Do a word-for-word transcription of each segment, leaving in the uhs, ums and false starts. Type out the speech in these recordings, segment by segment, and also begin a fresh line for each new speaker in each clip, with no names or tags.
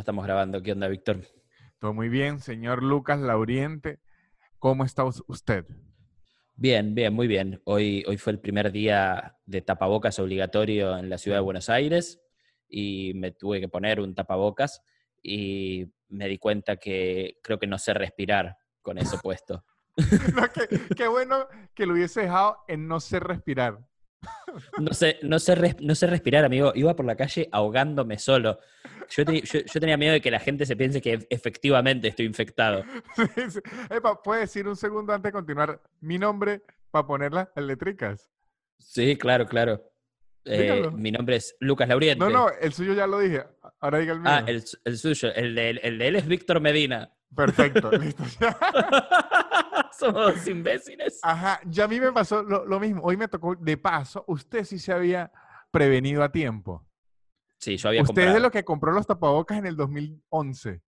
estamos grabando. ¿Qué onda, Víctor?
Todo muy bien, señor Lucas Lauriente. ¿Cómo está us- usted?
Bien, bien, muy bien. Hoy, hoy fue el primer día de tapabocas obligatorio en la ciudad de
Sí.
Buenos Aires y me tuve que poner un tapabocas y me di cuenta que creo que no sé respirar con eso puesto.
No, qué, qué bueno que lo hubiese dejado en no sé respirar.
No sé, no sé, res- no sé respirar, amigo. Iba por la calle ahogándome solo. Yo, teni- yo, yo tenía miedo de que la gente se piense que efectivamente estoy infectado.
Sí, sí. Epa, ¿puede decir un segundo antes de continuar mi nombre para poner las letricas?
Sí, claro, claro. Eh,
Dígalo.
mi nombre es Lucas
No, no,
Lauriente.
el suyo ya lo dije. Ahora diga el
Ah,
mío.
el, el suyo, el de, el de él es Víctor Medina.
Perfecto, listo. Ya.
Somos dos imbéciles.
Ajá, ya a mí me pasó lo, lo mismo. Hoy me tocó de paso. Usted sí se había prevenido a tiempo.
Sí, yo había
Usted es de los
comprado.
que compró los tapabocas en el dos mil once.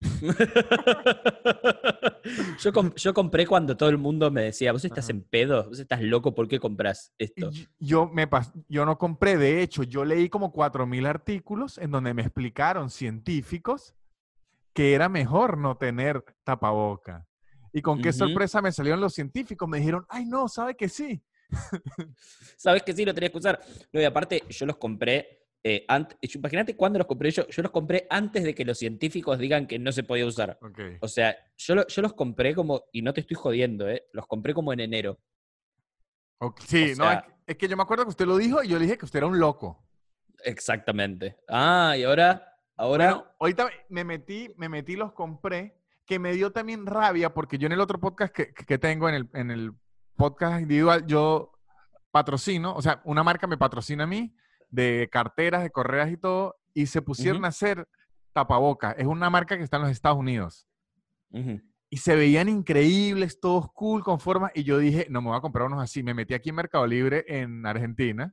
Yo, com- yo compré cuando todo el mundo me decía, vos estás
Ajá.
en pedo, vos estás loco, ¿por qué compras esto?
Y Yo, me pas- yo no compré, de hecho, yo leí como cuatro mil artículos en donde me explicaron científicos que era mejor no tener tapaboca. Y con qué
Ujú.
sorpresa me salieron los científicos, me dijeron, ay no, ¿sabe que sí?
¿Sabes que sí lo tenías que usar? No, y aparte, yo los compré. Eh, ant- Imagínate cuándo los compré yo. Yo los compré antes de que los científicos digan que no se podía usar.
Ok.
O sea, yo, lo- yo los compré como, y no te estoy jodiendo, ¿eh? Los compré como en enero.
Ok,
O
sí, no, es,
sea,
es que yo me acuerdo que usted lo dijo y yo le dije que usted era un loco.
exactamente. Ah, y ahora,
Bueno,
ahora,
ahorita me metí, me metí, los compré, que me dio también rabia porque yo en el otro podcast que, que tengo, en el, en el podcast individual, yo patrocino, o sea, una marca me patrocina a mí de carteras, de correas y todo, y se pusieron
ujú,
a hacer tapabocas. Es una marca que está en los Estados Unidos.
ujú.
Y se veían increíbles, todos cool, con formas, y yo dije, no me voy a comprar unos así. Me metí aquí en Mercado Libre en Argentina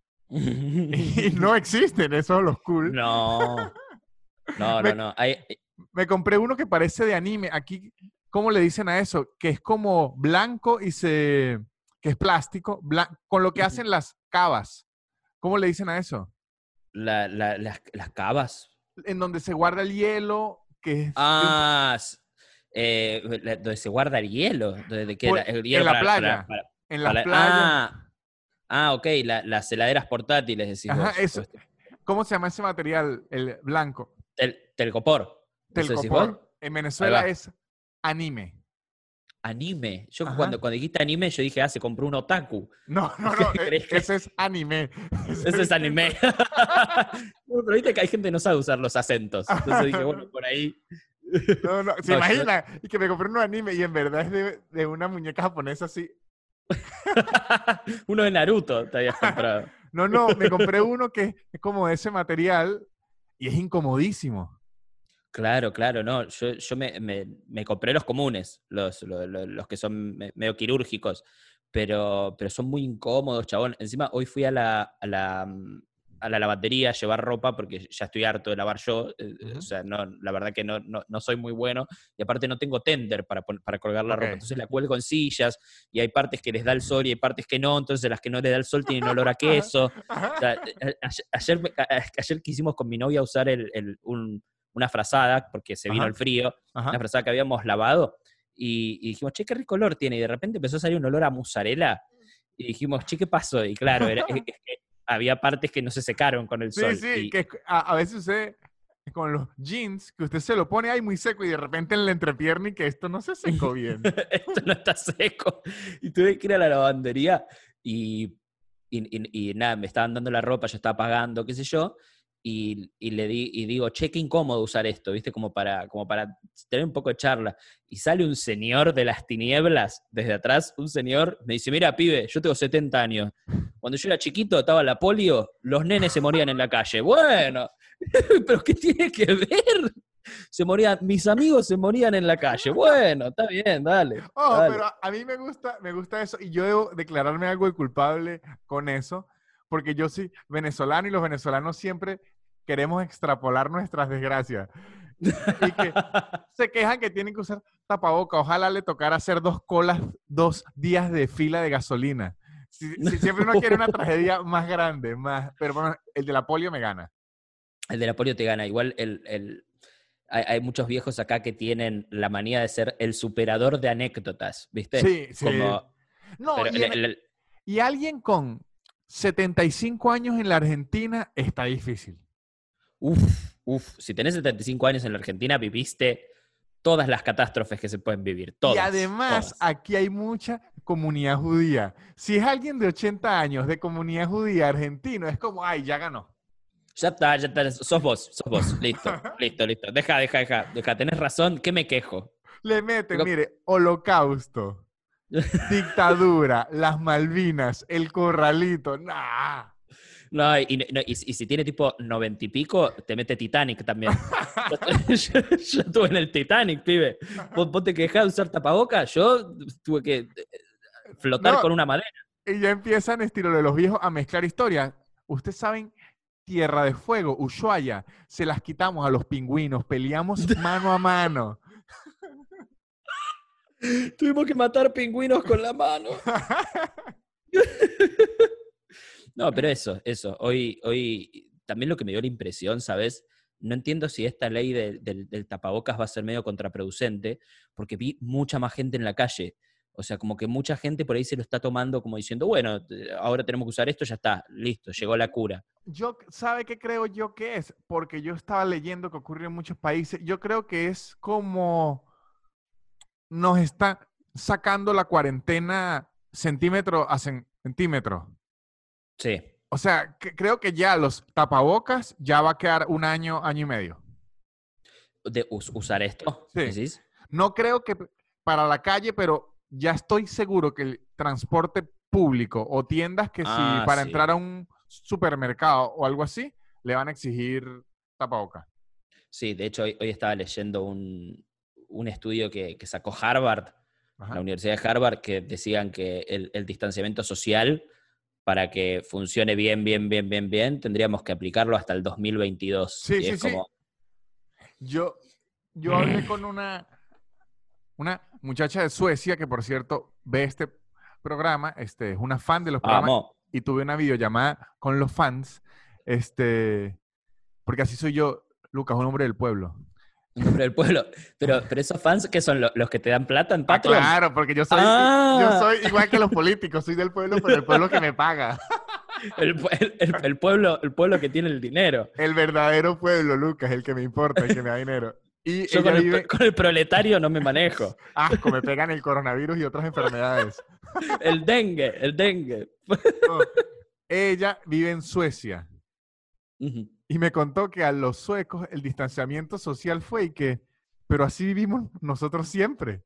y no existen esos los cool.
No, no, no,
Me,
no. Hay,
me compré uno que parece de anime. Aquí, ¿cómo le dicen a eso? Que es como blanco y se... que es plástico, blan- con lo que hacen las cavas. ¿Cómo le dicen a eso?
la- la- las, las cavas.
En donde se guarda el hielo, que es de un...
Ah, s- eh, la- donde se guarda el hielo. Donde, de que la-
por-
el
en
hielo
la
para, para,
playa,
para,
en las
para-
playas.
ah, ah, ok, la- las heladeras portátiles, decís
Ajá,
vos. O
eso.
este-
¿Cómo se llama ese material? El blanco.
tel- telgopor. ¿Eso decís vos?
Telcopor. En
Ahí
Venezuela
va.
es anime.
Anime. Yo cuando,
Ajá.
cuando dijiste anime, yo dije, ah, se compró un otaku.
No, no, no. e-
¿Crees que
Ese es anime. Ese
ese
es
es
distinto.
anime? No, pero viste que hay gente que no sabe usar los acentos. Entonces dije, bueno, por ahí.
No, no. ¿Se
No, yo.
imagina? Y que me compré un anime y en verdad es de, de una muñeca japonesa así.
Uno de Naruto te habías comprado.
No, no. Me compré uno que es como de ese material y es incomodísimo.
Claro, claro, no. Yo, yo me, me- me compré los comunes, los, lo- lo- los que son me- medio quirúrgicos, pero, pero son muy incómodos, chabón. Encima, hoy fui a la, a la, mm, a la lavandería a llevar ropa porque ya estoy harto de lavar yo. eh, O
Ujú.
sea, no, la verdad que no, no, no soy muy bueno. Y aparte no tengo tender para, pon- para colgar la
Ok.
ropa. Entonces la cuelgo en sillas y hay partes que les da el sol y hay partes que no. Entonces las que no les da el sol tienen olor a
Ajá.
queso. O sea,
Ajá.
a- a- ayer, me- a- ayer quisimos con mi novia usar el, el- un, una frazada, porque se vino el
Ajá.
frío, una
Ajá.
frazada que habíamos lavado, y, y dijimos, che, qué rico olor tiene, y de repente empezó a salir un olor a mozzarella, y dijimos, che, ¿qué pasó? Y claro, era, es, es que había partes que no se secaron con el
Sí,
sol,
sí,
y
que es- a, a veces usted con los jeans, que usted se lo pone ahí muy seco y de repente en la entrepierna y que esto no se secó bien.
esto no está seco, y tuve que ir a la lavandería, y, y, y- y nada, me estaban dando la ropa, yo estaba pagando, qué sé yo, y, y le di, y digo, che, qué incómodo usar esto, ¿viste? Como para, como para tener un poco de charla. Y sale un señor de las tinieblas, desde atrás, un señor, me dice, mira, pibe, yo tengo setenta años. Cuando yo era chiquito, estaba la polio, los nenes se morían en la calle. Bueno, pero ¿qué tiene que ver? Se morían, mis amigos se morían en la calle. Bueno, está bien, dale,
Oh,
dale.
pero a, a mí me gusta, me gusta eso y yo debo declararme algo de culpable con eso, porque yo soy venezolano y los venezolanos siempre queremos extrapolar nuestras desgracias y que se quejan que tienen que usar tapaboca. Ojalá le tocara hacer dos colas, dos días de fila de gasolina. Si, si siempre uno quiere una tragedia más grande, más, pero bueno, el de la polio me gana.
El de la polio te gana. Igual el, el, hay, hay muchos viejos acá que tienen la manía de ser el superador de anécdotas, ¿viste?
Sí, sí.
Como,
No,
pero
y,
le-
en-
le-
y alguien con setenta y cinco años en la Argentina está difícil.
uf, uf, si tenés setenta y cinco años en la Argentina, viviste todas las catástrofes que se pueden vivir,
Y
todas,
además,
todas.
aquí hay mucha comunidad judía. Si es alguien de ochenta años de comunidad judía argentino, es como, ay, ya ganó.
Ya está, ya está, sos vos, sos vos, listo, listo, listo. Deja, deja, deja, deja, tenés razón, ¿qué me quejo?
Le meten,
Digo,
mire, holocausto, dictadura, las Malvinas, el corralito. Nah.
no, y, no, y- y si tiene tipo noventa y pico, te mete Titanic también. Yo, yo- yo estuve en el Titanic, pibe. ¿Vos, vos te quejás de usar tapabocas? Yo tuve que eh, flotar
No,
con una madera.
y ya empiezan, estilo de los viejos, a mezclar historias. Ustedes saben, Tierra de Fuego, Ushuaia, se las quitamos a los pingüinos, peleamos mano a mano.
Tuvimos que matar pingüinos con la mano. No, pero eso, eso. Hoy, hoy también lo que me dio la impresión, ¿sabes? No entiendo si esta ley de- del, del tapabocas va a ser medio contraproducente, porque vi mucha más gente en la calle. O sea, como que mucha gente por ahí se lo está tomando como diciendo, bueno, eh, ahora tenemos que usar esto, ya está, listo, llegó la cura.
Yo, ¿sabe qué creo yo que es? Porque yo estaba leyendo que ocurre en muchos países. Yo creo que es como nos está sacando la cuarentena centímetro a cen- centímetro.
Sí,
O sea, que- creo que ya los tapabocas ya va a quedar un año, año y medio.
de us- usar esto,
Sí.
¿decís?
No creo que p- para la calle, pero ya estoy seguro que el transporte público o tiendas que si
Ah,
para entrar
sí.
a un supermercado o algo así, le van a exigir tapabocas.
Sí, de hecho hoy, hoy estaba leyendo un, un estudio que, que sacó Harvard, la
Ajá.
Universidad de Harvard, que decían que el, el distanciamiento social, para que funcione bien, bien, bien, bien, bien, tendríamos que aplicarlo hasta el dos mil veintidós.
Sí,
Y
sí,
es
sí.
como,
Yo, yo hablé con una, una muchacha de Suecia que, por cierto, ve este programa, este, es una fan de los programas
vamos,
y tuve una videollamada con los fans, este, porque así soy yo, Lucas, un hombre del pueblo.
un nombre del pueblo. Pero, pero esos fans que son lo- los que te dan plata en
Ah,
Patreon.
claro, porque yo soy, yo
Ah,
soy igual que los políticos, soy del pueblo, pero el pueblo que me paga.
el, pue- el- el- el pueblo, el pueblo que tiene el dinero.
El verdadero pueblo, Lucas, el que me importa, el que me da dinero. Y
Yo
ella
con el,
vive,
con el proletario no me manejo.
asco, me pegan el coronavirus y otras enfermedades.
El dengue, el dengue.
No, ella vive en Suecia
Ujú.
y me contó que a los suecos el distanciamiento social fue y que, pero así vivimos nosotros siempre.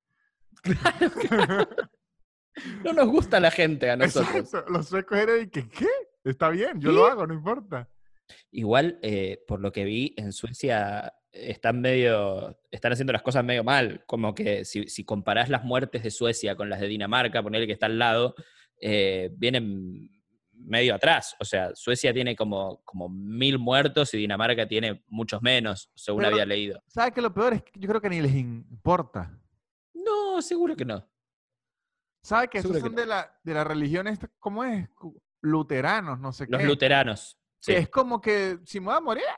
No nos gusta la gente a nosotros.
Exacto, los suecos eran y que, ¿qué? Está bien, yo
¿Qué?
lo hago, no importa.
Igual, eh, por lo que vi, en Suecia están medio, están haciendo las cosas medio mal. Como que si, si comparás las muertes de Suecia con las de Dinamarca, ponerle que está al lado, eh, vienen medio atrás. O sea, Suecia tiene como, como mil muertos y Dinamarca tiene muchos menos, según
Pero,
había leído.
¿sabes qué? Lo peor es que yo creo que ni les importa.
No, seguro que no.
¿Sabes que esos
Seguro que
son
no.
de la, de la religión esta, ¿cómo es? Cu- Luteranos, no sé
Los
qué.
luteranos,
Que
sí.
es como que si me voy a morir,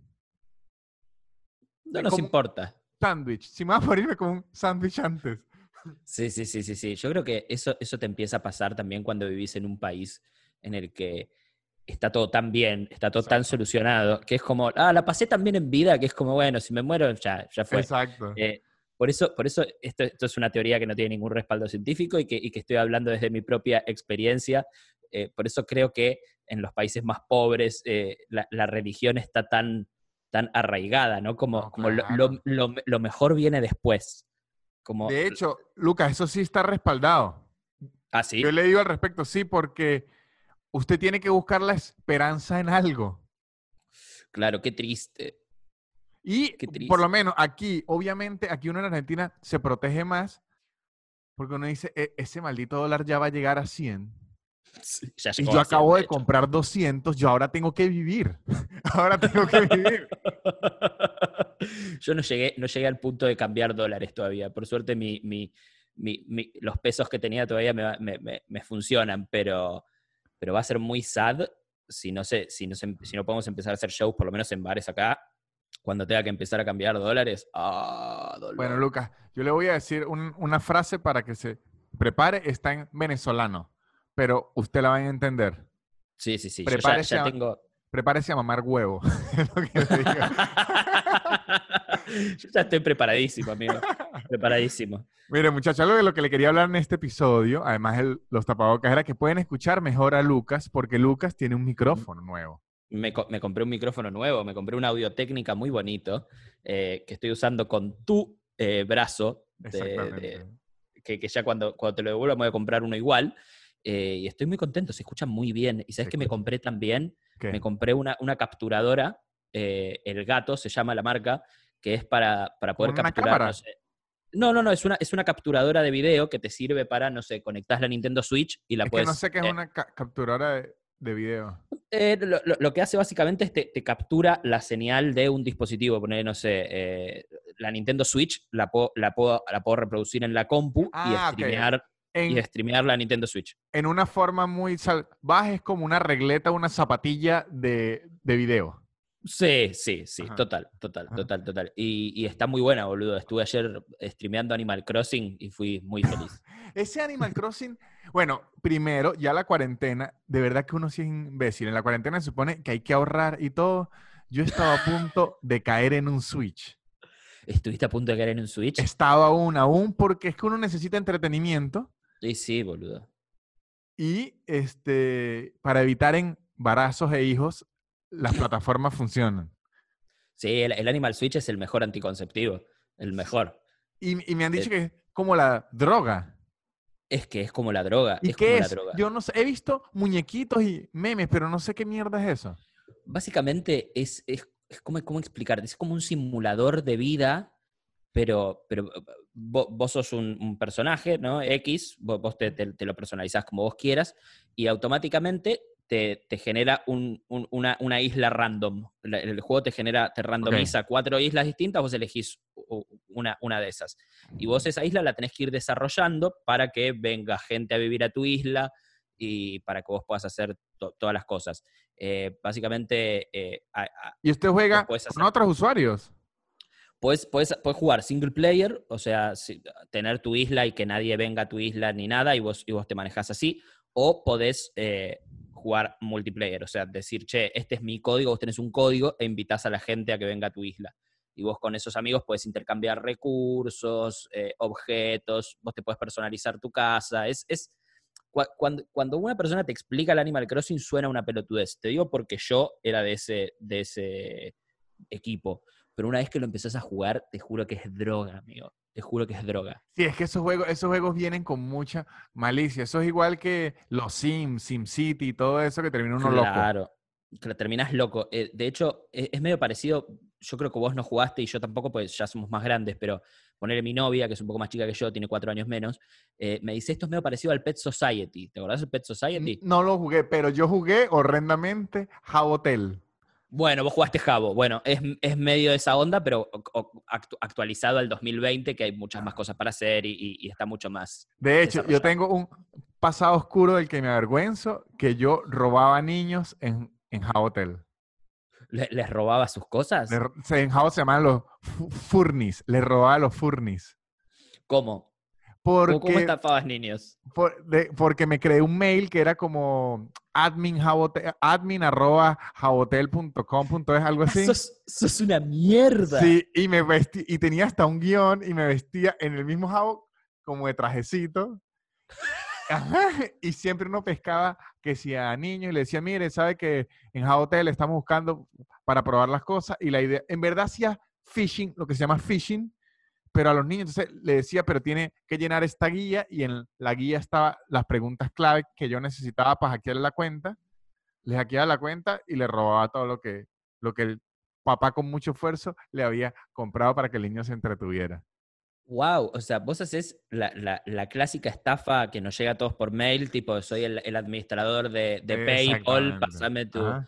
No
me
nos
como un
importa.
sándwich. Si me voy a morir, me como un sándwich antes.
Sí, sí, sí, sí, sí. Yo creo que eso, eso te empieza a pasar también cuando vivís en un país en el que está todo tan bien, está todo tan
Exacto.
solucionado, que es como, ah, la pasé tan bien en vida, que es como, bueno, si me muero, ya, ya fue.
Exacto.
Eh, por eso, por eso esto, esto es una teoría que no tiene ningún respaldo científico y que, y que estoy hablando desde mi propia experiencia. Eh, por eso creo que en los países más pobres eh, la, la religión está tan, tan arraigada, ¿no? Como,
No,
como lo,
claro.
lo- lo- lo mejor viene después. Como,
De hecho, Lucas, eso sí está respaldado.
ah,
Yo he
sí,
leído al respecto, sí, porque usted tiene que buscar la esperanza en algo.
claro, qué triste.
Y
Qué
por lo
triste.
menos aquí, obviamente, aquí uno en Argentina se protege más porque uno dice, "E- ese maldito dólar ya va a llegar a cien.
Sí, ya
Y
llegó
yo
a cien,
acabo
de
de
hecho.
comprar doscientos, yo ahora tengo que vivir. Ahora tengo que vivir.
Yo no llegué, no llegué al punto de cambiar dólares todavía. Por suerte, mi, mi- mi- mi- los pesos que tenía todavía me, va- me- me- me funcionan, pero, pero va a ser muy sad si no, se, si, no se- si no podemos empezar a hacer shows, por lo menos en bares acá, cuando tenga que empezar a cambiar dólares, ¡ah, dolor!
Bueno, Lucas, yo le voy a decir un- una frase para que se prepare. Está en venezolano, pero usted la va a entender.
Sí, sí, sí, yo ya,
Prepárese
ya
a,
tengo...
prepárese a mamar huevo. Es lo que le digo.
Yo ya estoy preparadísimo, amigo. Preparadísimo.
Mire, muchachos, algo de lo que le quería hablar en este episodio, además de los tapabocas, era que pueden escuchar mejor a Lucas porque Lucas tiene un micrófono nuevo.
Me, co- me compré un micrófono nuevo, me compré una Audio-Técnica muy bonito eh, que estoy usando con tu eh, brazo, de-
Exactamente.
de- que, que ya cuando, cuando te lo devuelva me voy a comprar uno igual. eh, y estoy muy contento, se escucha muy bien. ¿Y sabes
Se
qué me
escucha.
compré también?
¿Qué?
Me compré una, una capturadora, eh, El Gato se llama la marca, que es para, para
¿Con
poder
una
capturar,
cámara?
no sé. No, no, no, es una, es una capturadora de video que te sirve para, no sé, conectás la Nintendo Switch y la
Es que no
puedes...
sé qué es
eh,
una ca- capturadora de, de video.
eh, lo, lo- lo que hace básicamente es te, te captura la señal de un dispositivo. Poner, no sé, eh, la Nintendo Switch la puedo, la, puedo, la puedo reproducir en la compu y
Ah, ok.
streamear, y
En,
streamear la Nintendo Switch.
en una forma muy salvaje, es como una regleta, una zapatilla de, de video.
Sí, sí, sí,
Ajá.
total, total,
Ajá.
total, total. Y, y está muy buena, boludo. Estuve ayer streameando Animal Crossing y fui muy feliz.
Ese Animal Crossing, bueno, primero, ya la cuarentena, de verdad que uno sí es imbécil. En la cuarentena se supone que hay que ahorrar y todo. Yo estaba a punto de caer en un Switch.
¿Estuviste a punto de caer en un Switch?
Estaba aún, aún, porque es que uno necesita entretenimiento
Sí, sí, boludo.
y este, para evitar embarazos e hijos, las plataformas funcionan.
Sí, el, el Animal Switch es el mejor anticonceptivo. El mejor.
Y, y me han dicho
Eh,
que es como la droga.
es que es como la droga.
¿Y
Es como
qué
la
es?
droga.
Yo no sé, he visto muñequitos y memes, pero no sé qué mierda es eso.
Básicamente es, es, es como, ¿cómo explicarte? Es como un simulador de vida, pero, pero vos, vos sos un, un personaje, ¿no? X, vos, vos te, te- te lo personalizás como vos quieras, y automáticamente te, te genera un- un- una, una isla random. La- El juego te genera, te randomiza cuatro islas distintas, vos elegís u- una, una de esas. Y vos esa isla la tenés que ir desarrollando para que venga gente a vivir a tu isla y para que vos puedas hacer to- todas las cosas. Eh, básicamente, eh, a- a-
Y usted
vos
juega
podés
con
hacer,
otros usuarios.
podés, podés- podés jugar single player, o sea, si- tener tu isla y que nadie venga a tu isla ni nada, y vos, y vos te manejás así, o podés eh, jugar multiplayer, o sea, decir, che, este es mi código, vos tenés un código e invitás a la gente a que venga a tu isla. Y vos con esos amigos podés intercambiar recursos, eh, objetos, vos te podés personalizar tu casa. Es, es, cua- cuando, cuando una persona te explica el Animal Crossing suena una pelotudez. Te digo porque yo era de ese, de ese equipo. Pero una vez que lo empezás a jugar, te juro que es droga, amigo. Te juro que es droga.
Sí, es que esos juegos, esos juegos vienen con mucha malicia. Eso es igual que los Sims, SimCity y todo eso que termina uno loco.
Claro. Que lo terminás loco. Eh, de hecho, es, es medio parecido. Yo creo que vos no jugaste y yo tampoco, pues ya somos más grandes, pero ponerle mi novia, que es un poco más chica que yo, tiene cuatro años menos, eh, me dice esto es medio parecido al Pet Society. ¿Te acordás del Pet
N-
Society?
No lo jugué, pero yo jugué horrendamente Jabotel.
Bueno, vos jugaste Jabo. Bueno, es, es medio de esa onda, pero o- o- actu- actualizado al dos mil veinte, que hay muchas más cosas para hacer y, y- y está mucho más
De hecho, yo
desarrollado.
tengo un pasado oscuro del que me avergüenzo, que yo robaba niños en, en Jabotel.
¿Le- ¿Les robaba sus cosas?
Le ro- se- En Jabo se llaman los fu- furnis. Les robaba los furnis.
¿Cómo? ¿Cómo, cómo
Porque
estafabas niños?
Por- de- porque me creé un mail que era como admin, jabote- admin arroba jabotel punto com punto es, algo así.
Sos, sos una mierda.
Sí, y me vestí, y tenía hasta un guión y me vestía en el mismo jabo como de trajecito. Ajá, y siempre uno pescaba que si a niños y le decía, mire, sabe que en Jabotel estamos buscando para probar las cosas y la idea, en verdad hacía phishing, lo que se llama phishing, pero a los niños, entonces le decía, pero tiene que llenar esta guía y en la guía estaba las preguntas clave que yo necesitaba para hackear la cuenta. Le hackeaba la cuenta y le robaba todo lo que, lo que el papá con mucho esfuerzo le había comprado para que el niño se entretuviera.
Wow, o sea, vos haces la, la- la clásica estafa que nos llega a todos por mail, tipo, soy el, el administrador de, de PayPal,
Exactamente.
pásame tu...
Ajá.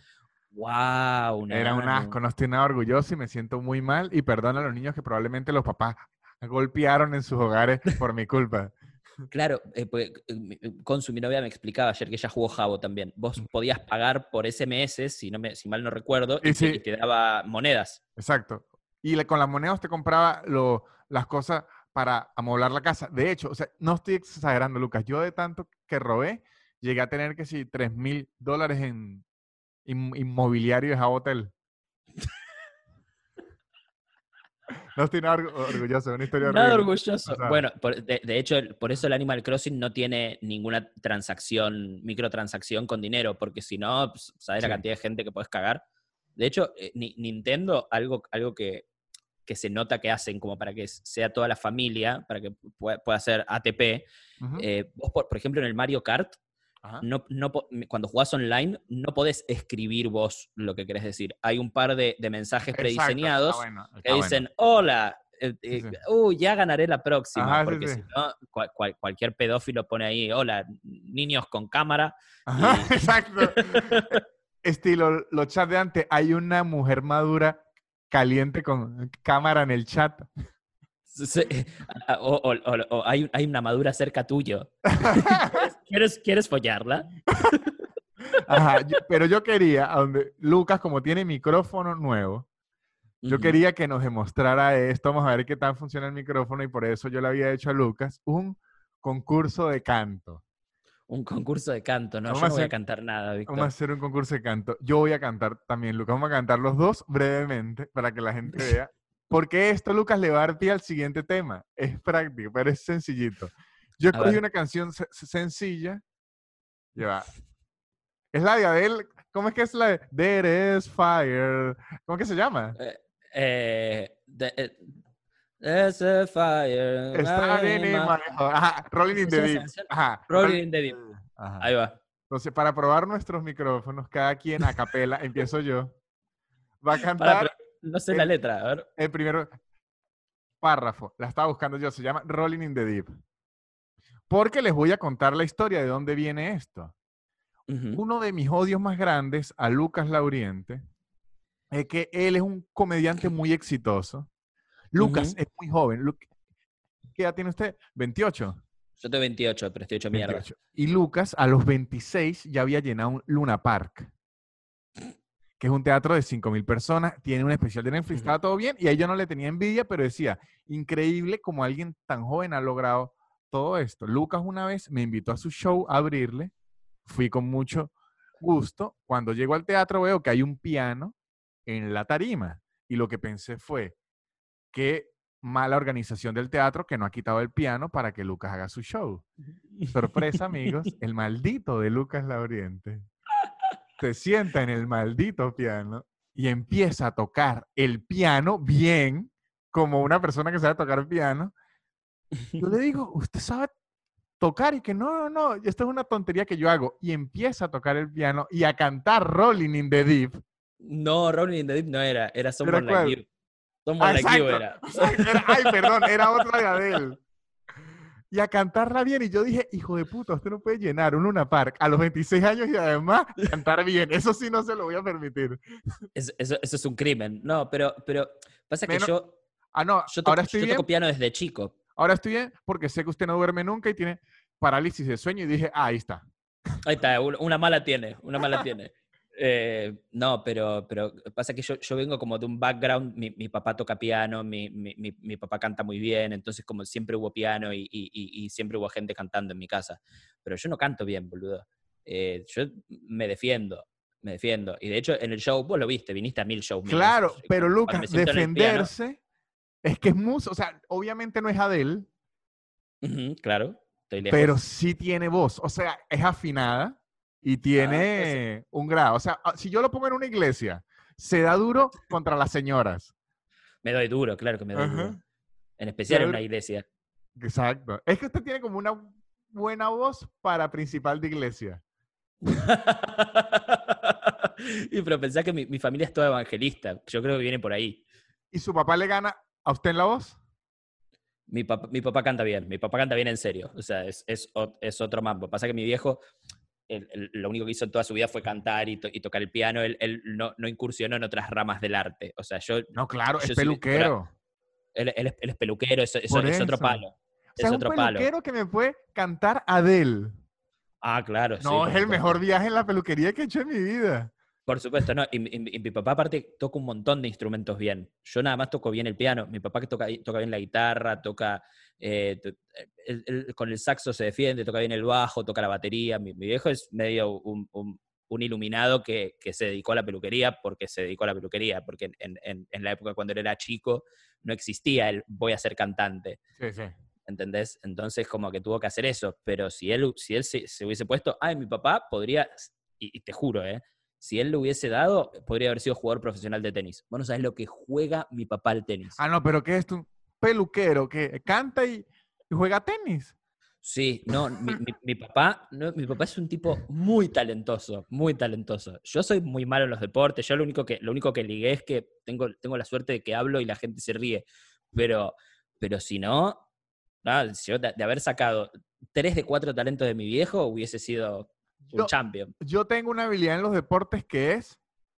Wow,
Era un
nano.
asco, no estoy nada orgulloso y me siento muy mal y perdona a los niños que probablemente los papás golpearon en sus hogares por mi culpa.
Claro, eh, pues, eh, Consu, mi novia me explicaba ayer que ella jugó Habbo también. Vos podías pagar por S M S, si, no me, si mal no recuerdo,
Y
y te, y
sí,
te daba monedas.
exacto. Y le- con las monedas te compraba lo, las cosas para amoblar la casa. De hecho, o sea, no estoy exagerando, Lucas. Yo de tanto que robé, llegué a tener que sí, tres mil dólares en in- inmobiliario de Habbo Hotel. No estoy nada orgu- orgulloso, es una historia
Nada
horrible.
orgulloso.
Pasada.
Bueno, por- de, de hecho, el- por eso el Animal Crossing no tiene ninguna transacción, microtransacción con dinero, porque si no, pues, ¿sabes la
Sí.
cantidad de gente que puedes cagar? De hecho, eh, Ni- Nintendo, algo, algo que, que se nota que hacen como para que sea toda la familia, para que pueda, pueda ser A T P.
Ujú.
Eh, vos, por, por ejemplo, en el Mario Kart,
Ajá.
no, no, po- cuando jugás online, no podés escribir vos lo que querés decir. Hay un par de, de mensajes
Exacto, está
prediseñados
bueno,
que
está bueno.
dicen, hola, eh,
Sí,
eh,
sí.
uy, ya ganaré la próxima,
Ajá, sí,
porque
sí.
si no, cual- cual- cualquier pedófilo pone ahí, hola, niños con cámara,
Ajá,
y
exacto. Eh, Estilo, los chats de antes, hay una mujer madura caliente con cámara en el chat.
se- o, o- o- o hay, hay una madura cerca tuyo. ¿Quieres, quieres, quieres follarla?
Ajá, yo- pero yo quería, a donde Lucas, como tiene micrófono nuevo, yo
Ujú.
quería que nos demostrara esto. Vamos a ver qué tal funciona el micrófono y por eso yo le había hecho a Lucas un concurso de canto.
Un concurso de canto, no,
Vamos
yo
a
no voy a
hacer,
cantar nada,
vamos a
Víctor.
hacer un concurso de canto. Yo voy a cantar también, Lucas. Vamos a cantar los dos brevemente para que la gente vea. Porque esto, Lucas, le va a dar pie al siguiente tema. Es práctico, pero es sencillito. Yo
A
escogí
ver.
una canción se- sencilla. Ya va. Es la de Adele. ¿Cómo es que es la de There is Fire? ¿Cómo que se llama?
Eh, eh, de- eh, There's a fire
Starting
in
in
my
my
heart.
heart. Ajá, Rolling
¿Cómo
in
se
the
llama esa
Deep.
canción?
Ajá, Rolling
Rolling in the
in the
Deep.
Deep. Ajá.
Ahí va.
Entonces, para probar nuestros micrófonos, cada quien a capela, empiezo yo, va a
Para,
cantar
pero no sé la
el,
letra. A ver.
el primer párrafo. La estaba buscando yo, se llama Rolling in the Deep. Porque les voy a contar la historia de dónde viene esto.
Ujú,
Uno de mis odios más grandes a Lucas Lauriente es que él es un comediante muy exitoso. Lucas
ujú.
es muy joven. Lu- ¿Qué edad tiene usted? veintiocho.
Yo tengo veintiocho, pero estoy hecho mierda.
veintiocho. Y Lucas a los veintiséis ya había llenado un Luna Park, que es un teatro de cinco mil personas, tiene un especial de Netflix,
Ujú.
estaba todo bien, y ahí yo no le tenía envidia, pero decía, increíble como alguien tan joven ha logrado todo esto. Lucas una vez me invitó a su show a abrirle, fui con mucho gusto, cuando llego al teatro veo que hay un piano en la tarima, y lo que pensé fue, qué mala organización del teatro que no ha quitado el piano para que Lucas haga su show. Sorpresa, amigos, el maldito de Lucas Lauriente se sienta en el maldito piano y empieza a tocar el piano bien, como una persona que sabe tocar piano. Yo le digo, ¿usted sabe tocar? Y que no, no, no, esto es una tontería que yo hago. Y empieza a tocar el piano y a cantar Rolling in the Deep.
No, Rolling in the Deep no era, era
¿Era
Someone Like
cuál?
You. Someone
Ah,
Like You
exacto.
era.
exacto, era- ay, perdón, era otra de Adele. Y a cantarla bien. Y yo dije, hijo de puta, usted no puede llenar un Luna Park a los veintiséis años y además cantar bien. Eso sí no se lo voy a permitir.
Es- eso, eso es un crimen. No, pero, pero pasa que
Menos,
yo,
ah, no,
yo,
ahora
toco,
estoy
yo toco
bien.
piano desde chico.
Ahora estoy bien porque sé que usted no duerme nunca y tiene parálisis de sueño. Y dije, ah, ahí está.
Ahí está, un- una mala tiene, una mala tiene. Eh, no, pero, pero pasa que yo, yo vengo como de un background, mi, mi papá toca piano, mi, mi, mi, mi papá canta muy bien, entonces como siempre hubo piano y, y, y- y siempre hubo gente cantando en mi casa. Pero yo no canto bien, boludo. Eh, yo me defiendo, me defiendo. Y de hecho en el show, vos lo viste, viniste a mil shows míos.
Claro, pero
Cuando
Lucas,
me siento en el piano,
defenderse es que es música. O sea, obviamente no es Adele,
ujú, claro, estoy
pero
lejos.
sí tiene voz. O sea, es afinada y
Ah, puede ser.
tiene un grado. O sea, ah, si yo lo pongo en una iglesia, se da duro contra las señoras.
Me doy duro, claro que me doy duro.
Ajá.
En
Se da
especial en una
duro.
iglesia.
Exacto. Es que usted tiene como una buena voz para principal de iglesia.
Y pero pensá que mi, mi familia es toda evangelista. Yo creo que viene por ahí.
¿Y su papá le gana a usted en la voz?
Mi papá, mi papá canta bien. Mi papá canta bien en serio. O sea, es, es, o- es otro mambo. Pasa que mi viejo, él- él lo único que hizo en toda su vida fue cantar y, to- y tocar el piano. Él, él no, no incursionó en otras ramas del arte. O sea, yo,
No, claro, es
yo si, si fuera-
peluquero.
él, él es, él es peluquero, es, es-
Por
es otro
eso.
palo.
sea, es un
otro palo.
peluquero que me puede cantar Adele.
Ah, claro, sí,
No,
por
es el
supuesto.
mejor viaje en la peluquería que he hecho en mi vida.
Por supuesto, no. Y, y- y mi papá aparte toca un montón de instrumentos bien. Yo nada más toco bien el piano. Mi papá que toca, toca bien la guitarra, toca... eh, to- él- él con el saxo se defiende, toca bien el bajo, toca la batería. Mi, mi viejo es medio un, un- un iluminado que, que se dedicó a la peluquería porque se dedicó a la peluquería, porque en, en- en la época cuando él era chico no existía el voy a ser cantante.
Sí, sí.
¿Entendés? Entonces como que tuvo que hacer eso. Pero si él, si él se, se hubiese puesto, ay, mi papá podría, y, y te juro, ¿eh? Si él lo hubiese dado, podría haber sido jugador profesional de tenis. Vos no sabés lo que juega mi papá al tenis.
Ah, no, pero ¿qué es un peluquero que canta y, y juega tenis?
Sí, no, mi, mi- mi papá, no, mi papá es un tipo muy talentoso, muy talentoso. Yo soy muy malo en los deportes, yo lo único que, lo único que ligué es que tengo, tengo la suerte de que hablo y la gente se ríe. Pero, pero si no, no, si yo de, de haber sacado tres de cuatro talentos de mi viejo, hubiese sido un
Yo,
champion.
yo tengo una habilidad en los deportes que es,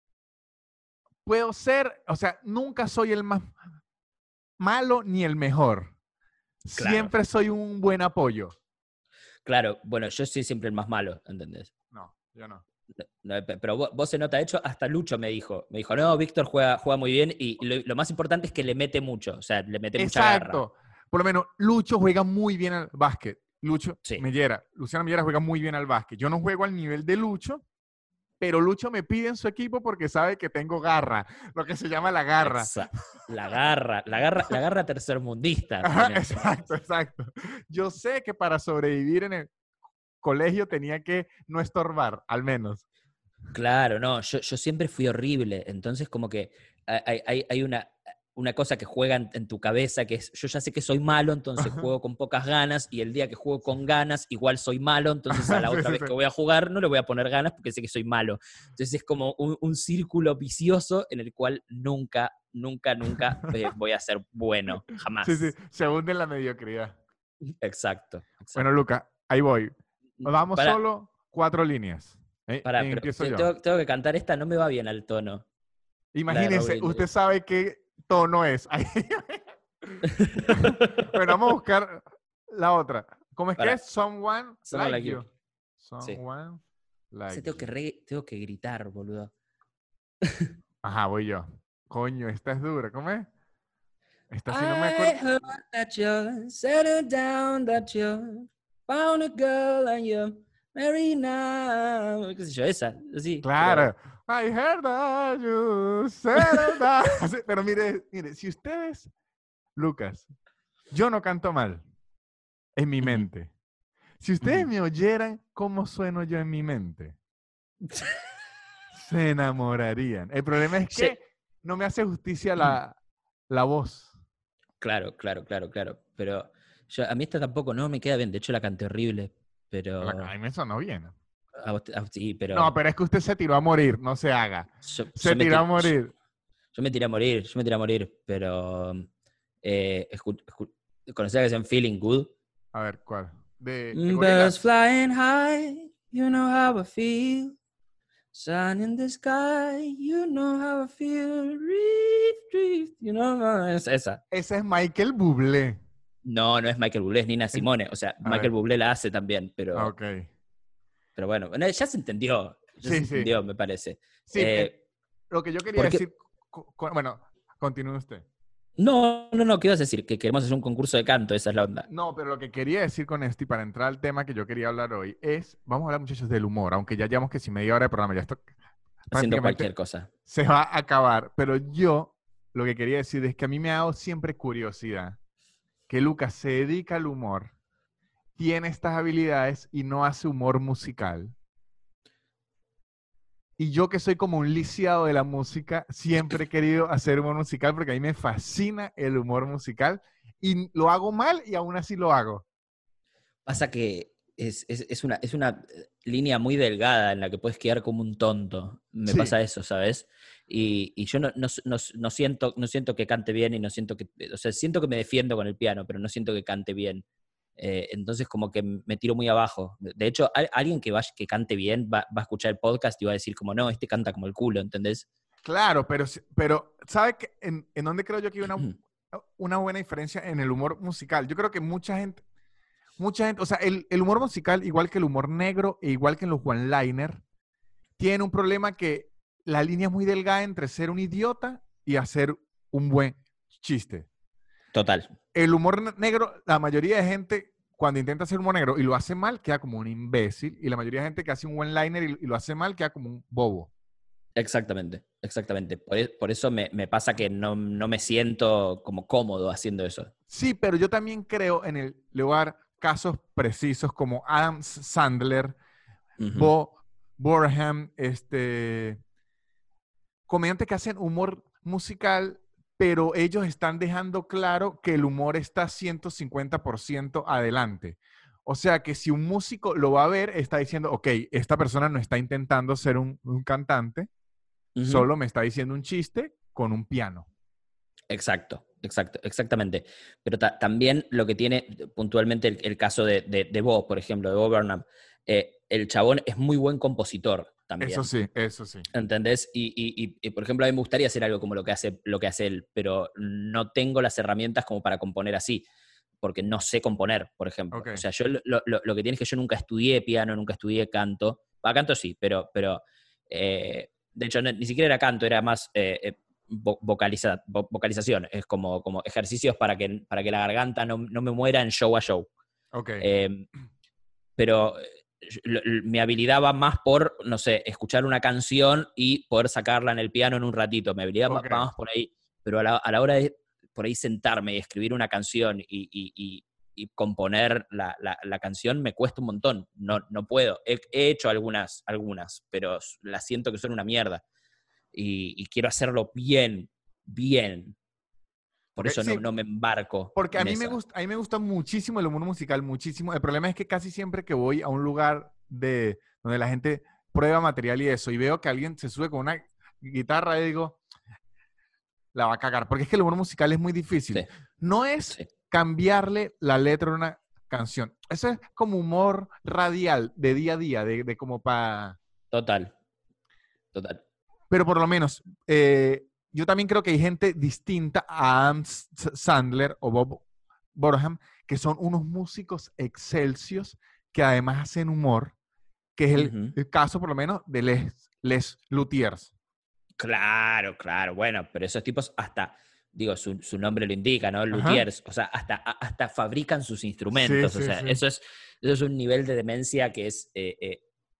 puedo ser, o sea, nunca soy el más malo ni el mejor.
Claro,
Siempre soy un buen apoyo.
claro, bueno, yo soy siempre el más malo, ¿entendés?
No, yo no.
No, pe- pero vos, vos se nota, de hecho, hasta Lucho me dijo, me dijo, no, Víctor juega, juega muy bien y lo, lo más importante es que le mete mucho, o sea, le mete mucha garra.
Exacto. Por lo menos Lucho juega muy bien al básquet. Lucho
Sí.
Mellera, Luciano Mellera juega muy bien al básquet. Yo no juego al nivel de Lucho, pero Lucho me pide en su equipo porque sabe que tengo garra, lo que se llama la garra.
Exa- La garra, la garra, la garra tercermundista.
Ajá,
tenés.
exacto, exacto. Yo sé que para sobrevivir en el colegio tenía que no estorbar, al menos.
Claro, no, yo, yo siempre fui horrible, entonces como que hay, hay, hay una, una cosa que juega en, en tu cabeza, que es, yo ya sé que soy malo, entonces juego con pocas ganas, y el día que juego con ganas, igual soy malo, entonces a la
Sí,
otra
sí,
vez
sí.
que voy a jugar no le voy a poner ganas porque sé que soy malo. Entonces es como un, un círculo vicioso en el cual nunca, nunca, nunca eh, voy a ser bueno, jamás.
Sí, sí, se hunde en la mediocridad.
Exacto,
Bueno,
exacto.
Luca, ahí voy. Vamos
Para,
solo cuatro líneas. Eh,
para, pero
empiezo
te-
yo.
tengo, tengo que cantar esta, no me va bien al tono, la de
Imagínese,
Robin.
usted sabe qué tono es. Bueno, vamos a buscar la otra. ¿Cómo es que
Para,
es? Someone
Someone
like
Like You.
you.
Sí.
Someone
Ese
like
tengo que,
you.
re- tengo que gritar, boludo.
Ajá, voy yo. Coño, esta es dura. ¿Cómo es? Esta sí no me
I
acuerdo.
heard that you settled down, that you found a girl and you're married now. ¿Qué sé yo? Esa, sí.
Claro. I heard that you settled down. Sí, pero mire, mire, si ustedes, Lucas, yo no canto mal en mi
Ujú.
mente. Si ustedes
Ujú.
me oyeran cómo sueno yo en mi mente, se enamorarían. El problema es que
Sí.
no me hace justicia la, la voz.
Claro, claro, claro, claro. Pero yo, a mí esta tampoco no me queda bien. De hecho, la canté horrible. Pero.
La- A mí me sonó bien.
a vos te- a- sí, pero.
No, pero es que usted se tiró a morir, no se haga.
Yo,
Se
yo me
tiró a
tiré,
morir.
yo me tiré a morir, yo me tiré a morir. Pero. Eh, escu- escu- ¿conocés la canción Feeling Good?
A ver, ¿cuál? De, de
Birds
Gorillaz.
flying high, you know how I feel. Sun in the sky, you know how I feel. Drift, drift, you know how... Es esa.
Ese es Michael Bublé.
No, no es Michael Bublé, es Nina
Es-
Simone. O sea,
a
Michael
ver.
Bublé la hace también, pero,
Ah, ok.
pero bueno, bueno, ya se entendió. Ya se
Sí, sí.
entendió, me parece.
Sí,
Eh,
eh, lo que yo quería
porque-
decir... cu- cu- Bueno, continúe usted.
No, no, no, ¿qué ibas a decir? Que queremos hacer un concurso de canto, esa es la onda.
No, pero lo que quería decir con esto y para entrar al tema que yo quería hablar hoy es, vamos a hablar muchachos del humor, aunque ya llevamos que si media hora de programa, ya esto
Haciendo
prácticamente
cualquier cosa.
se va a acabar, pero yo lo que quería decir es que a mí me ha dado siempre curiosidad que Lucas se dedica al humor, tiene estas habilidades y no hace humor musical. Y yo que soy como un lisiado de la música, siempre he querido hacer humor musical porque a mí me fascina el humor musical y lo hago mal y aún así lo hago.
Pasa que es, es, es una, es una línea muy delgada en la que puedes quedar como un tonto. Me
Sí.
pasa eso, ¿sabes? Y, y yo no, no, no, no siento, no siento que cante bien y no siento que... O sea, siento que me defiendo con el piano, pero no siento que cante bien. Eh, entonces como que me tiro muy abajo. De hecho, a- alguien que, vaya, que cante bien va, va a escuchar el podcast y va a decir como, no, este canta como el culo, ¿entendés?
Claro, pero, si- pero ¿sabe qué? en, en dónde creo yo que hay una, una buena diferencia en el humor musical? Yo creo que mucha gente, mucha gente, o sea, el, el humor musical, igual que el humor negro e igual que en los one-liner, tiene un problema que la línea es muy delgada entre ser un idiota y hacer un buen chiste.
Total.
El humor negro, la mayoría de gente, cuando intenta hacer humor negro y lo hace mal, queda como un imbécil. Y la mayoría de gente que hace un one-liner y, y lo hace mal, queda como un bobo.
Exactamente, exactamente. Por, e- por eso me, me pasa que no, no me siento como cómodo haciendo eso.
Sí, pero yo también creo en el lugar casos precisos como Adam Sandler,
Ujú.
Bo Burnham, este, comediantes que hacen humor musical, pero ellos están dejando claro que el humor está ciento cincuenta por ciento adelante. O sea que si un músico lo va a ver, está diciendo, ok, esta persona no está intentando ser un, un cantante,
Ujú.
solo me está diciendo un chiste con un piano.
Exacto, exacto, exactamente. Pero ta- también lo que tiene puntualmente el, el caso de, de, de Bo, por ejemplo, de Bo Burnham, eh, el chabón es muy buen compositor
Eso
también.
sí, eso sí.
¿Entendés? Y, y, y, y, por ejemplo, a mí me gustaría hacer algo como lo que hace, lo que hace él, pero no tengo las herramientas como para componer así, porque no sé componer, por ejemplo.
Ok.
O sea, yo lo, lo, lo que tiene es que yo nunca estudié piano, nunca estudié canto. Va, canto sí, pero, pero eh, de hecho no, ni siquiera era canto, era más eh, eh, vo- vocaliza, vo- vocalización. Es como, como ejercicios para que, para que la garganta no, no me muera en show a show.
Ok.
Eh, pero eh, lo- lo- mi habilidad va más por, no sé, escuchar una canción y poder sacarla en el piano en un ratito. Mi habilidad va
Ok.
va más por ahí. Pero a la, a la hora de por ahí sentarme y escribir una canción y, y- y- y componer la, la- la canción me cuesta un montón. No, no puedo. He, he hecho algunas, algunas, pero las siento que son una mierda. Y, y quiero hacerlo bien, bien. Por
Ok.
eso no,
Sí,
no me embarco
porque a
en
mí me
esa.
gusta, a mí me gusta muchísimo el humor musical, muchísimo. El problema es que casi siempre que voy a un lugar de donde la gente prueba material y eso, y veo que alguien se sube con una guitarra y digo, la va a cagar. Porque es que el humor musical es muy difícil.
Sí,
No es
sí.
cambiarle la letra de una canción. Eso es como humor radial, de día a día, de, de como para...
Total, total.
Pero por lo menos, eh, yo también creo que hay gente distinta a Adam S- Sandler o Bob Burnham, que son unos músicos excelsios que además hacen humor, que es el,
Ujú.
el caso por lo menos de Les, Les Luthiers.
Claro, claro, bueno, pero esos tipos hasta, digo, su, su nombre lo indica, ¿no?
Ajá.
Luthiers, o sea, hasta, a- hasta fabrican sus
Sí,
instrumentos, o
sí,
sea,
sí.
eso es, eso es un nivel de demencia que es eh, eh,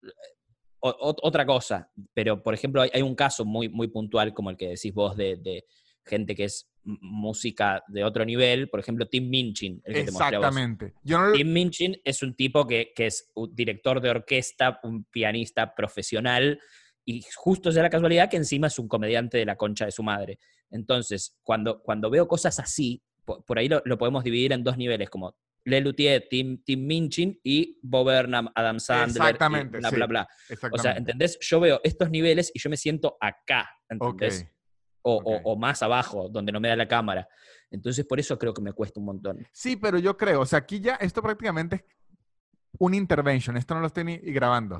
o- o- otra cosa, pero por ejemplo hay, hay un caso muy, muy puntual como el que decís vos de, de gente que es m- música de otro nivel, por ejemplo Tim Minchin, el que te mostré a vos.
Exactamente. Yo no,
Tim Minchin es un tipo que, que es un director de orquesta, un pianista profesional, y justo es la casualidad que encima es un comediante de la concha de su madre. Entonces, cuando, cuando veo cosas así, por, por ahí lo, lo podemos dividir en dos niveles, como Le Luthier, Tim, Tim Minchin y Bob Burnham, Adam Sandler, y
exactamente,
bla,
sí.
bla, bla. O sea,
Exactamente.
¿entendés? Yo veo estos niveles y yo me siento acá,
Ok,
¿entendés? O,
ok.
o, o más abajo, donde no me da la cámara. Entonces, por eso creo que me cuesta un montón.
Sí, pero yo creo, o sea, aquí ya esto prácticamente es un intervention, esto no lo estoy ni grabando.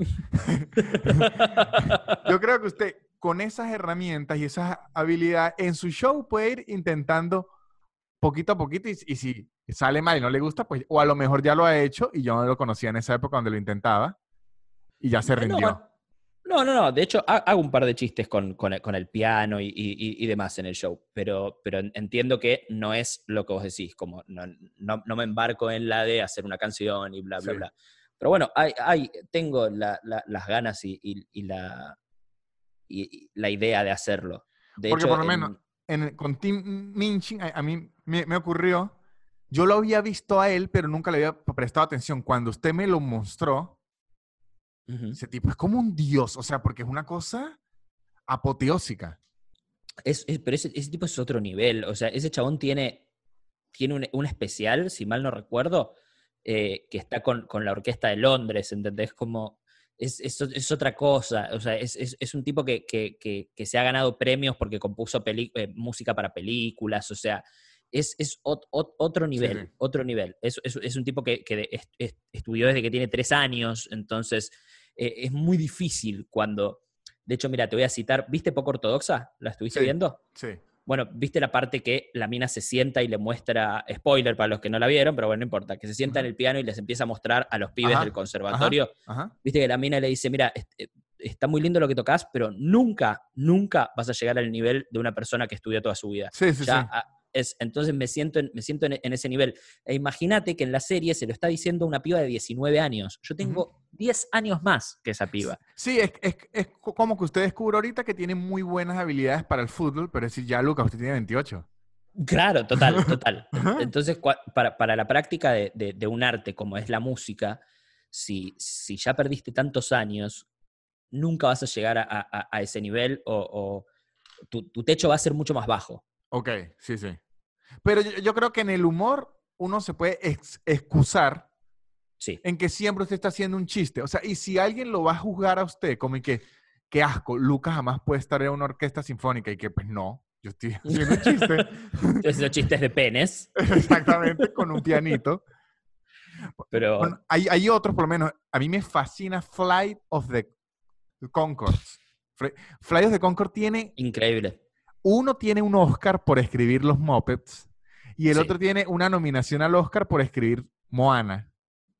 Yo creo que usted con esas herramientas y esas habilidades en su show puede ir intentando poquito a poquito y, y si sale mal y no le gusta, pues o a lo mejor ya lo ha hecho y yo no lo conocía en esa época donde lo intentaba y ya se
No,
rindió.
no, no, no. De hecho, ha- hago un par de chistes con, con el, con el piano y, y- y demás en el show, pero, pero entiendo que no es lo que vos decís, como no, no, no me embarco en la de hacer una canción y bla,
Sí.
bla, bla. Pero bueno, hay, hay, tengo la- la- las ganas y, y- y la, y- y la idea de hacerlo. De
Porque
hecho,
por lo menos
en...
en, con Tim Minchin a, a mí me, me ocurrió, yo lo había visto a él, pero nunca le había prestado atención. Cuando usted me lo mostró,
Ujú.
ese tipo es como un dios, o sea, porque es una cosa apoteósica.
Es- es- pero ese, ese tipo es otro nivel. O sea, ese chabón tiene, tiene un, un especial, si mal no recuerdo, eh, que está con, con la Orquesta de Londres, ¿entendés? Como, es, es, es otra cosa. O sea, es, es, es un tipo que, que, que, que se ha ganado premios porque compuso peli- eh, música para películas. O sea, es, es ot- ot- otro
Sí, sí.
nivel, otro nivel. Es, es, es un tipo que, que de- est- est- estudió desde que tiene tres años, entonces eh, es muy difícil cuando... De hecho, mira, te voy a citar, ¿viste Poco Ortodoxa? ¿La estuviste
Sí,
viendo?
sí.
Bueno, viste la parte que la mina se sienta y le muestra, spoiler para los que no la vieron, pero bueno, no importa, que se sienta
Ujú.
en el piano y les empieza a mostrar a los pibes
Ajá,
del
ajá,
conservatorio.
ajá.
Viste que la mina le dice, mira, est- eh, está muy lindo lo que tocas, pero nunca, nunca vas a llegar al nivel de una persona que estudió toda su vida.
Sí, sí,
Ya
sí.
ah, es, entonces me siento, en, me siento en, en ese nivel. E imagínate que en la serie se lo está diciendo una piba de diecinueve años. Yo
Ujú.
tengo diez años más que esa piba.
Sí, es, es, es co- como que usted descubre ahorita que tiene muy buenas habilidades para el fútbol, pero es decir, ya Lucas, usted tiene veintiocho.
Claro, total, total. En-
Ajá.
Entonces, cua- para, para la práctica de, de- de un arte como es la música, si, si ya perdiste tantos años, nunca vas a llegar a, a- a ese nivel o, o tu, tu techo va a ser mucho más bajo.
Ok, sí, sí. Pero yo, yo creo que en el humor uno se puede ex- excusar
Sí.
en que siempre usted está haciendo un chiste. O sea, y si alguien lo va a juzgar a usted como en que, qué asco, Lucas jamás puede estar en una orquesta sinfónica y que, pues no, yo estoy haciendo un chiste.
Entonces, los chistes de penes,
Exactamente, con un pianito. Bueno,
pero
hay, hay otros, por lo menos, a mí me fascina Flight of the Conchords. Fre- Flight of the Conchords tiene,
increíble.
uno tiene un Oscar por escribir Los Muppets y el
Sí,
otro tiene una nominación al Oscar por escribir Moana.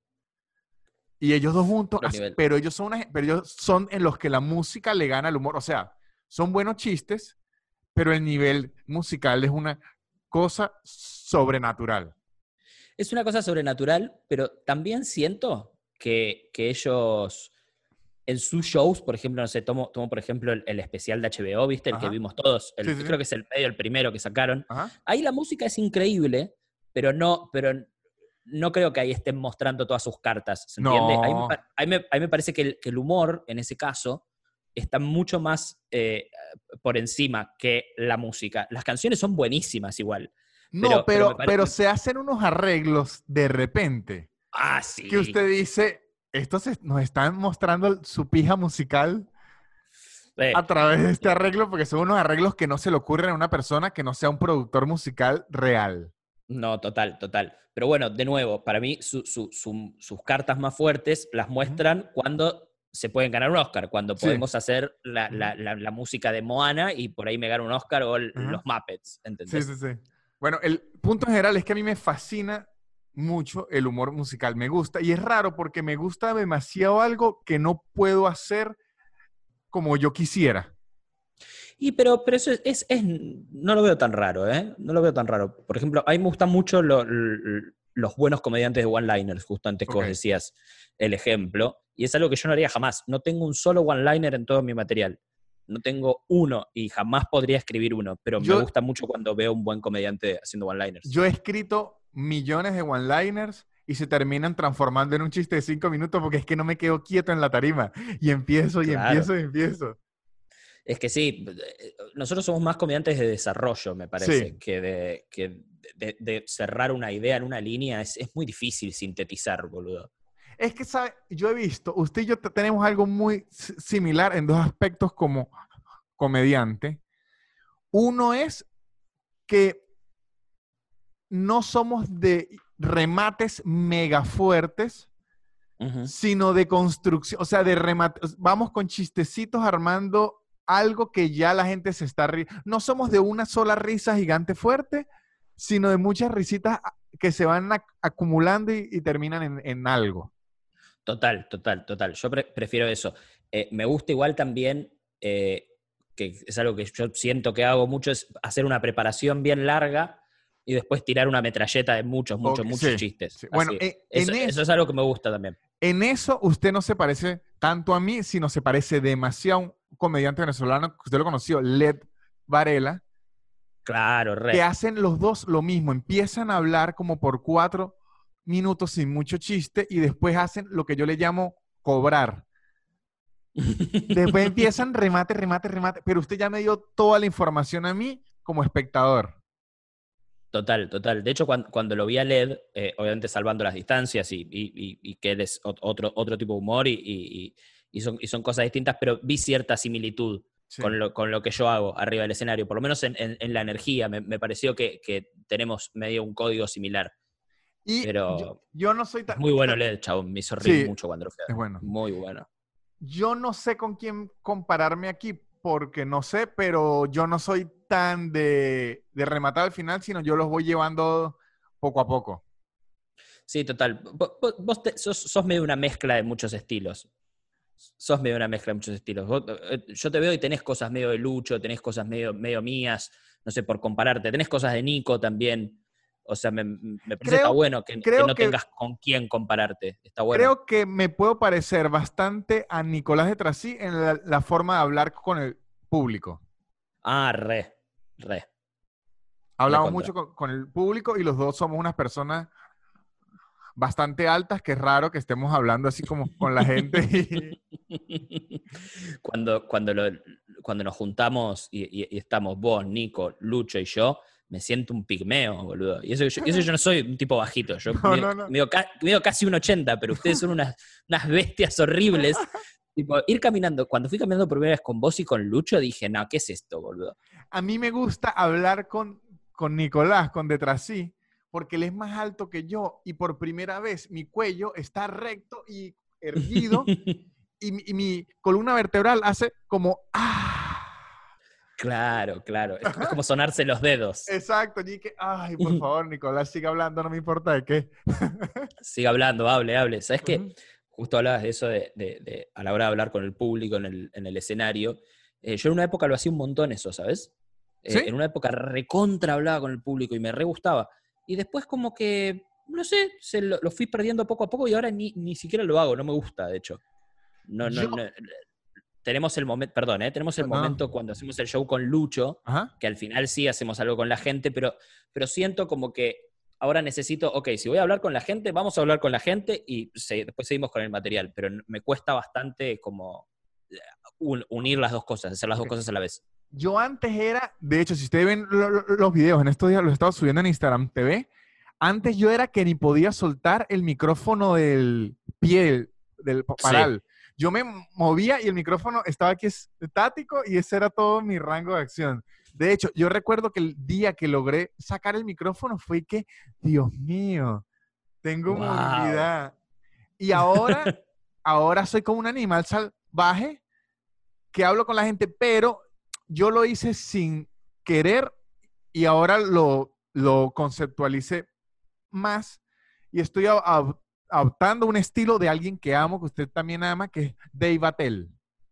Y ellos dos juntos,
otro
así-
nivel.
pero ellos son, una- pero ellos son en los que la música le gana al humor. O sea, son buenos chistes, pero el nivel musical es una cosa sobrenatural.
Es una cosa sobrenatural, pero también siento que, que ellos en sus shows, por ejemplo, no sé, tomo, tomo por ejemplo el, el especial de H B O, ¿viste? El que
Ajá.
vimos todos,
Sí,
el,
sí, sí.
creo que es el medio, el primero que sacaron.
Ajá.
Ahí la música es increíble, pero no, pero no creo que ahí estén mostrando todas sus cartas, ¿se entiende? Ahí me,
No.
pa- ahí me- ahí me parece que el, que el humor, en ese caso, está mucho más eh, por encima que la música. Las canciones son buenísimas igual,
No,
pero, pero me
pero, pero
parece...
se hacen unos arreglos de repente
Ah,
que
sí.
usted dice, estos es- nos están mostrando su pija musical
Eh,
a través de este arreglo, porque son unos arreglos que no se le ocurren a una persona que no sea un productor musical real.
No, total, total. Pero bueno, de nuevo, para mí su- su- su- sus cartas más fuertes las
Ujú.
muestran cuando se pueden ganar un Oscar, cuando
Sí.
podemos hacer la,
Ujú.
la- la- la música de Moana y por ahí me gano un Oscar o el-
Ajá.
los Muppets,
Sí, sí,
¿entendés?
sí. Bueno, el punto en general es que a mí me fascina mucho el humor musical. Me gusta. Y es raro porque me gusta demasiado algo que no puedo hacer como yo quisiera.
Y pero, pero eso es, es- es- no lo veo tan raro, ¿eh? No lo veo tan raro. Por ejemplo, a mí me gustan mucho lo- l- los buenos comediantes de one-liners, justo antes que
Ok.
vos decías el ejemplo, y es algo que yo no haría jamás. No tengo un solo one-liner en todo mi material. No tengo uno y jamás podría escribir uno, pero me
Yo,
gusta mucho cuando veo un buen comediante haciendo one-liners.
yo he escrito millones de one-liners y se terminan transformando en un chiste de cinco minutos porque es que no me quedo quieto en la tarima. Y empiezo y
Claro.
empiezo y empiezo.
Es que sí, eh, nosotros somos más comediantes de desarrollo, me parece,
Sí.
que, de, que de, de cerrar una idea en una línea. Es, es muy difícil sintetizar, boludo.
Es que, ¿sabe? Yo he visto, usted y yo te- tenemos algo muy si- similar en dos aspectos como comediante. Uno es que no somos de remates mega fuertes,
Ujú.
sino de construcción, o sea, de remate. Vamos con chistecitos armando algo que ya la gente se está riendo. No somos de una sola risa gigante fuerte, sino de muchas risitas a- que se van ac- acumulando y, y terminan en, en algo.
Total, total, total. Yo pre- prefiero eso. Eh, me gusta igual también, eh, que es algo que yo siento que hago mucho, es hacer una preparación bien larga y después tirar una metralleta de muchos, muchos,
Ok,
muchos
sí,
chistes.
sí. Bueno,
Así.
en,
Eso,
en
eso
eso,
es algo que me gusta también.
en eso usted no se parece tanto a mí, sino se parece demasiado a un comediante venezolano que usted lo conoció, Led Varela,
Claro,
que
re.
hacen los dos lo mismo. Empiezan a hablar como por cuatro minutos sin mucho chiste y después hacen lo que yo le llamo cobrar. Después empiezan remate, remate, remate, pero usted ya me dio toda la información a mí como espectador.
Total, total. De hecho, cuando, cuando lo vi a Led, eh, obviamente salvando las distancias y, y- y- y que él es ot- otro, otro tipo de humor y, y- y- y son, y son cosas distintas, pero vi cierta similitud
Sí.
con lo, con lo que yo hago arriba del escenario, por lo menos en, en- en la energía. Me, me pareció que, que tenemos medio un código similar.
Y yo,
Pero
yo no soy
es
tan...
muy bueno Led, chabón. Me hizo reír
Sí,
mucho cuando lo fui a
es
ver.
bueno.
Muy bueno.
Yo no sé con quién compararme aquí porque no sé, pero yo no soy tan de, de rematar al final, sino yo los voy llevando poco a poco.
Sí, total. Vos, vos- vos te- sos, sos medio una mezcla de muchos estilos. Sos medio una mezcla de muchos estilos. Vos, eh, yo te veo y tenés cosas medio de Lucho, tenés cosas medio, medio mías, no sé, por compararte. Tenés cosas de Nico también. O sea, me, me parece que está
Creo,
bueno que, que
creo
no
que,
tengas con quién compararte. Está bueno.
creo que me puedo parecer bastante a Nicolás de Trasí en la, la forma de hablar con el público.
Ah, re, re,
Hablamos
recontra.
mucho con, con el público y los dos somos unas personas bastante altas, que es raro que estemos hablando así como con la gente. Y...
Cuando, cuando, lo- cuando nos juntamos y, y- y estamos vos, Nico, Lucho y yo, me siento un pigmeo, boludo. Y eso que yo, y eso yo no soy un tipo bajito, yo
No,
mido,
no, no.
mido ca- mido casi un ochenta, pero ustedes son unas, unas bestias horribles. Tipo, ir caminando, cuando fui caminando por primera vez con vos y con Lucho, dije, no, ¿qué es esto, boludo?
A mí me gusta hablar con, con Nicolás, con Detrasí, porque él es más alto que yo y por primera vez mi cuello está recto y erguido y, mi- y mi columna vertebral hace como ¡ah!
Claro, claro. Es, es como sonarse los dedos.
Exacto, y que, ay, por favor, Nicolás, sigue hablando, no me importa de qué.
Sigue hablando, hable, hable. ¿Sabes qué?
Ujú.
Justo hablabas de eso de, de- de- a la hora de hablar con el público en el, en el escenario. Eh, yo en una época lo hacía un montón eso, ¿sabes? Eh,
¿Sí?
en una época recontra hablaba con el público y me re gustaba. Y después como que, no sé, se lo, lo fui perdiendo poco a poco y ahora ni, ni siquiera lo hago, no me gusta, de hecho. No, no,
Yo,
no. Tenemos el momento, perdón, ¿eh? Tenemos el
no, no,
momento cuando hacemos el show con Lucho,
ajá.
que al final sí hacemos algo con la gente, pero, pero siento como que ahora necesito, ok, si voy a hablar con la gente, vamos a hablar con la gente y se- después seguimos con el material, pero n- me cuesta bastante como eh, un- unir las dos cosas, hacer las dos
Ok.
cosas a la vez.
Yo antes era, de hecho, si ustedes ven lo- lo- los videos, en estos días los he estado subiendo en Instagram T V, antes yo era que ni podía soltar el micrófono del pie del, del pa-
Sí.
paral. Yo me movía y el micrófono estaba aquí estático y ese era todo mi rango de acción. De hecho, yo recuerdo que el día que logré sacar el micrófono fue que, Dios mío, tengo
Wow.
movilidad. Y ahora, ahora soy como un animal salvaje que hablo con la gente, pero yo lo hice sin querer y ahora lo, lo conceptualicé más y estoy a- a- adoptando un estilo de alguien que amo, que usted también ama, que es Dave Attell,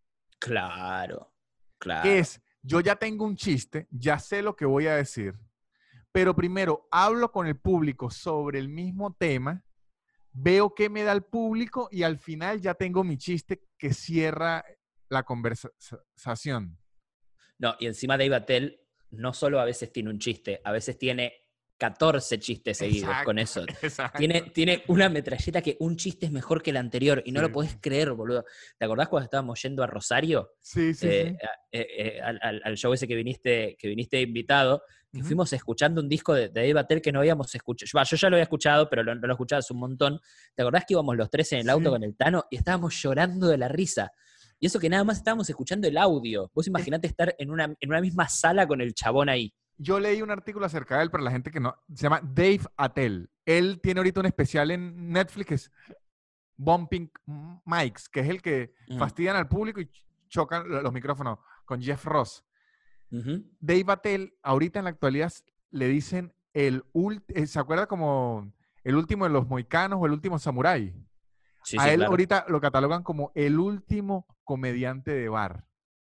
Claro,
que
claro.
es, yo ya tengo un chiste, ya sé lo que voy a decir, pero primero hablo con el público sobre el mismo tema, veo qué me da el público y al final ya tengo mi chiste que cierra la conversación.
No, y encima Dave Attell no solo a veces tiene un chiste, a veces tiene catorce chistes seguidos con
Exacto,
eso. Tiene,
exacto.
tiene una metralleta que un chiste es mejor que el anterior y no lo
Sí,
podés creer, boludo. ¿Te acordás cuando estábamos yendo a Rosario?
sí, sí,
Eh,
sí.
a- eh, eh, al, al- al show ese que viniste, que viniste invitado, que
Ujú.
fuimos escuchando un disco de, de Dave Attell que no habíamos escuchado. Yo, yo ya lo había escuchado, pero lo- no lo escuchaba hace un montón. ¿Te acordás que íbamos los tres en el auto
Sí.
con el Tano y estábamos llorando de la risa? Y eso que nada más estábamos escuchando el audio. Vos
Es-
imaginate estar en una, en una misma sala con el chabón ahí.
yo leí un artículo acerca de él para la gente que no. Se llama Dave Attell. Él tiene ahorita un especial en Netflix que es Bumping Mics, que es el que
Mm.
fastidian al público y chocan lo- los micrófonos con Jeff Ross.
Ujú.
Dave Attell, ahorita en la actualidad le dicen el último. ¿Se acuerda como el último de los mohicanos o el último samurái?
Sí,
A
sí,
él
claro.
ahorita lo catalogan como el último comediante de bar.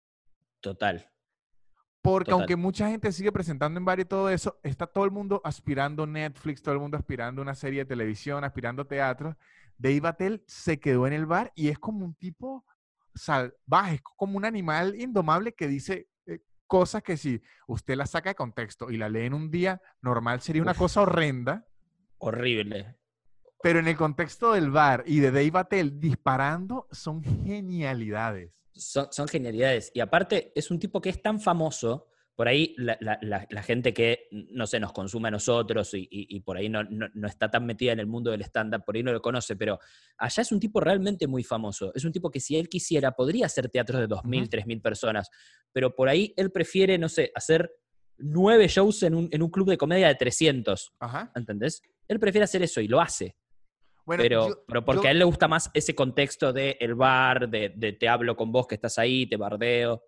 Total,
Porque aunque
total.
mucha gente sigue presentando en bar y todo eso, está todo el mundo aspirando Netflix, todo el mundo aspirando una serie de televisión, aspirando teatro. Dave Attell se quedó en el bar y es como un tipo salvaje, es como un animal indomable que dice eh, cosas que si usted las saca de contexto y la lee en un día normal sería una
Uf,
cosa horrenda,
horrible.
pero en el contexto del bar y de Dave Attell disparando son genialidades.
Son, son genialidades. Y aparte, es un tipo que es tan famoso. Por ahí la, la- la- la gente que, no sé, nos consume a nosotros y, y- y por ahí no, no- no está tan metida en el mundo del stand-up, por ahí no lo conoce, pero allá es un tipo realmente muy famoso. Es un tipo que si él quisiera, podría hacer teatros de dos mil,
Ujú.
tres mil personas, pero por ahí él prefiere, no sé, hacer nueve shows en un, en un club de comedia de trescientos.
Ajá.
¿Entendés? Él prefiere hacer eso y lo hace.
Bueno, yo,
Pero, pero porque a
yo
él le gusta más ese contexto de el bar, de, de te hablo con vos que estás ahí, te bardeo.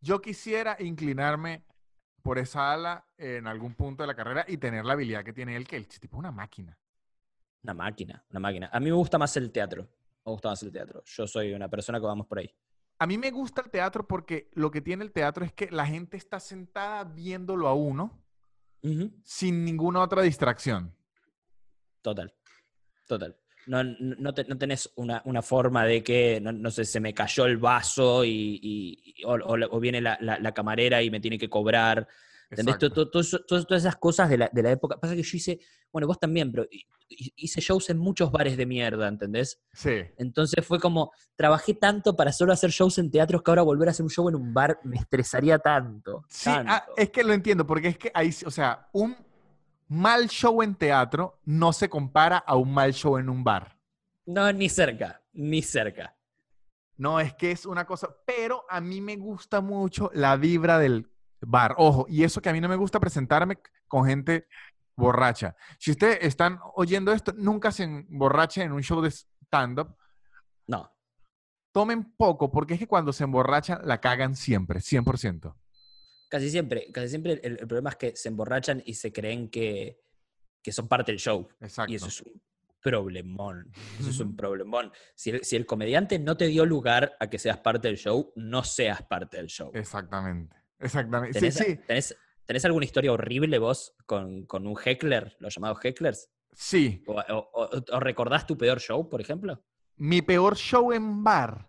Yo quisiera inclinarme por esa ala en algún punto de la carrera y tener la habilidad que tiene él, que el tipo es una máquina.
Una máquina, una máquina. A mí me gusta más el teatro. Me gusta más el teatro. Yo soy una persona que vamos por ahí.
A mí me gusta el teatro porque lo que tiene el teatro es que la gente está sentada viéndolo a uno
Ujú.
sin ninguna otra distracción.
Total, total. No, no, no te- no tenés una, una forma de que, no, no sé, se me cayó el vaso y, y- y- o, o- o viene la, la- la camarera y me tiene que cobrar. ¿Entendés? Todo-
Exacto.
todo- todo eso- todas, todas esas cosas de la, de la época. Pasa que yo hice, bueno, vos también, pero hi- hi- hice shows en muchos bares de mierda, ¿entendés?
Sí.
Entonces fue como, trabajé tanto para solo hacer shows en teatros que ahora volver a hacer un show en un bar me estresaría tanto,
Sí, ah,
tanto.
es que lo entiendo, porque es que ahí, sí- o sea, un mal show en teatro no se compara a un mal show en un bar.
No, ni cerca, ni cerca.
No, es que es una cosa, pero a mí me gusta mucho la vibra del bar. Ojo, y eso que a mí no me gusta presentarme con gente borracha. Si ustedes están oyendo esto, nunca se emborrachen en un show de stand-up.
No.
Tomen poco, porque es que cuando se emborrachan la cagan siempre, cien por ciento.
Casi siempre, casi siempre el, el problema es que se emborrachan y se creen que, que son parte del show. Y eso
Exacto.
es un problemón. Eso es
Ujú.
un problemón. Si el, si el comediante no te dio lugar a que seas parte del show, no seas parte del show.
Exactamente. Exactamente. Sí,
¿Tenés,
sí,
tenés, tenés alguna historia horrible vos con, con un heckler, los llamados hecklers?
sí.
¿O, o- o- o recordás tu peor show, por ejemplo?
Mi peor show en bar.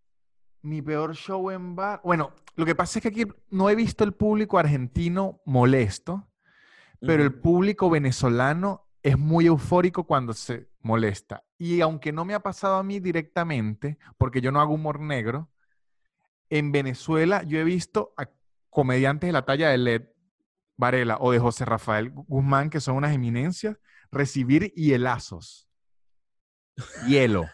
Mi peor show en bar. Bueno, lo que pasa es que aquí no he visto el público argentino molesto, pero el
Ujú.
público venezolano es muy eufórico cuando se molesta. Y aunque no me ha pasado a mí directamente, porque yo no hago humor negro, en Venezuela yo he visto a comediantes de la talla de Led Varela o de José Rafael Guzmán, que son unas eminencias, recibir hielazos. Hielo.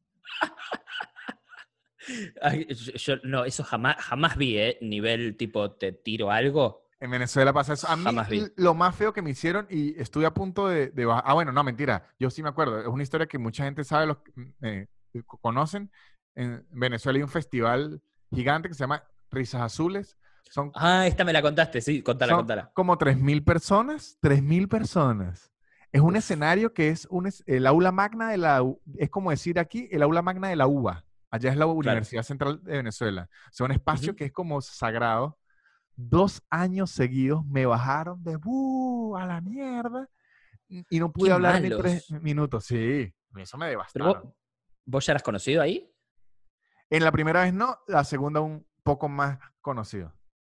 Ay, yo, yo- no, eso jamás, jamás vi, ¿eh? Nivel tipo, te tiro algo.
En Venezuela pasa eso. A mí
Jamás vi.
l- lo más feo que me hicieron, y estuve a punto de, de bajar. Ah, bueno, no, mentira. Yo sí me acuerdo. Es una historia que mucha gente sabe, los que, mm, eh, que co- conocen. En Venezuela hay un festival gigante que se llama Risas Azules. Son,
Ah, esta me la contaste, sí, contala,
son
contala.
como tres mil personas. Tres mil personas. Es un
Uf,
escenario que es un, es- el aula magna de la... U- Es como decir aquí, el aula magna de la U B A. Allá es la
claro.
Universidad Central de Venezuela. O sea, un espacio
Ujú.
que es como sagrado. Dos años seguidos me bajaron de ¡bu! A la mierda y no
Qué
pude hablar ni tres
malos.
minutos. Sí, eso me
Pero vos,
devastaron.
vos ya eras conocido ahí.
En la primera vez no, la segunda un poco más conocido.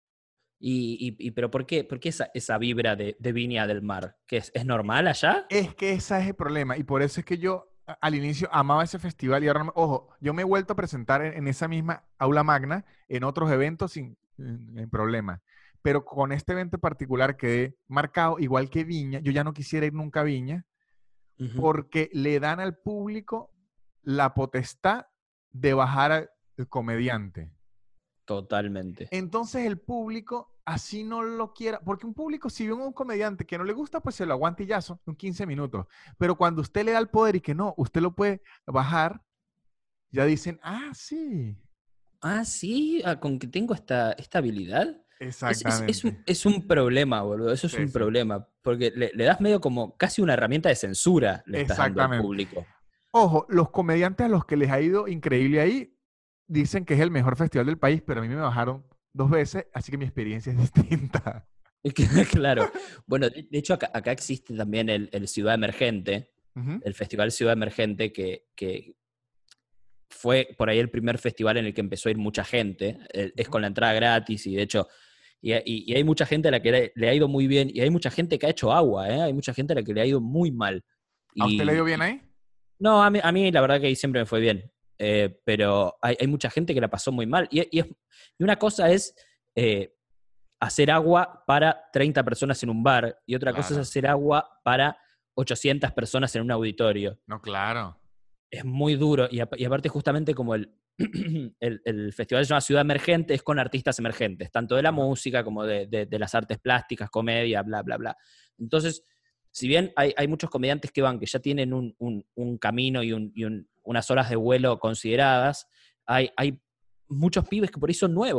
Y, y- y- pero ¿por qué, por qué esa, esa vibra de, de Viña del Mar? ¿Que es, es normal allá?
Es que ese es el problema y por eso es que yo a- al inicio amaba ese festival y ahora, no me- ojo, yo me he vuelto a presentar en, en esa misma aula magna en otros eventos sin, sin- sin problema. Pero con este evento en particular quedé marcado, igual que Viña, yo ya no quisiera ir nunca a Viña,
Ujú.
porque le dan al público la potestad de bajar al comediante.
Totalmente.
Entonces el público así no lo quiera, porque un público si ve a un comediante que no le gusta, pues se lo aguanta y ya son quince minutos. Pero cuando usted le da el poder y que no, usted lo puede bajar, ya dicen, ah, sí,
Ah, sí, ah, con que tengo esta, esta habilidad. Es, es- es un,
exactamente.
es un problema, boludo. Eso es
Sí,
un
sí,
problema. Porque le, le das medio como casi una herramienta de censura, le estás dando al
exactamente.
público.
Ojo, los comediantes a los que les ha ido increíble ahí dicen que es el mejor festival del país, pero a mí me bajaron dos veces, así que mi experiencia es distinta.
Es que, claro. Bueno, de, de hecho, acá, acá existe también el, el Ciudad Emergente,
Ujú.
el Festival Ciudad Emergente, que, que fue por ahí el primer festival en el que empezó a ir mucha gente. Eh, Es con la entrada gratis y de hecho, y, y- y hay mucha gente a la que le, le ha ido muy bien y hay mucha gente que ha hecho agua, ¿eh? Hay mucha gente a la que le ha ido muy mal.
¿A usted le dio
Y,
bien
y-
ahí?
no, a mí, a mí la verdad que ahí siempre me fue bien. Eh, pero hay, hay mucha gente que la pasó muy mal. Y, y es- y una cosa es eh, hacer agua para treinta personas en un bar y otra cosa es
Claro.
hacer agua para ochocientas personas en un auditorio.
No, claro.
Es muy duro. Y, ap- y aparte, justamente como el, el, el festival se llama Ciudad Emergente, es con artistas emergentes, tanto de la
Ajá.
música como de, de- de las artes plásticas, comedia, bla, bla, bla. Entonces, si bien hay, hay muchos comediantes que van, que ya tienen un, un- un camino y, un- y un- unas horas de vuelo consideradas, hay, hay muchos pibes que por ahí son nuevos.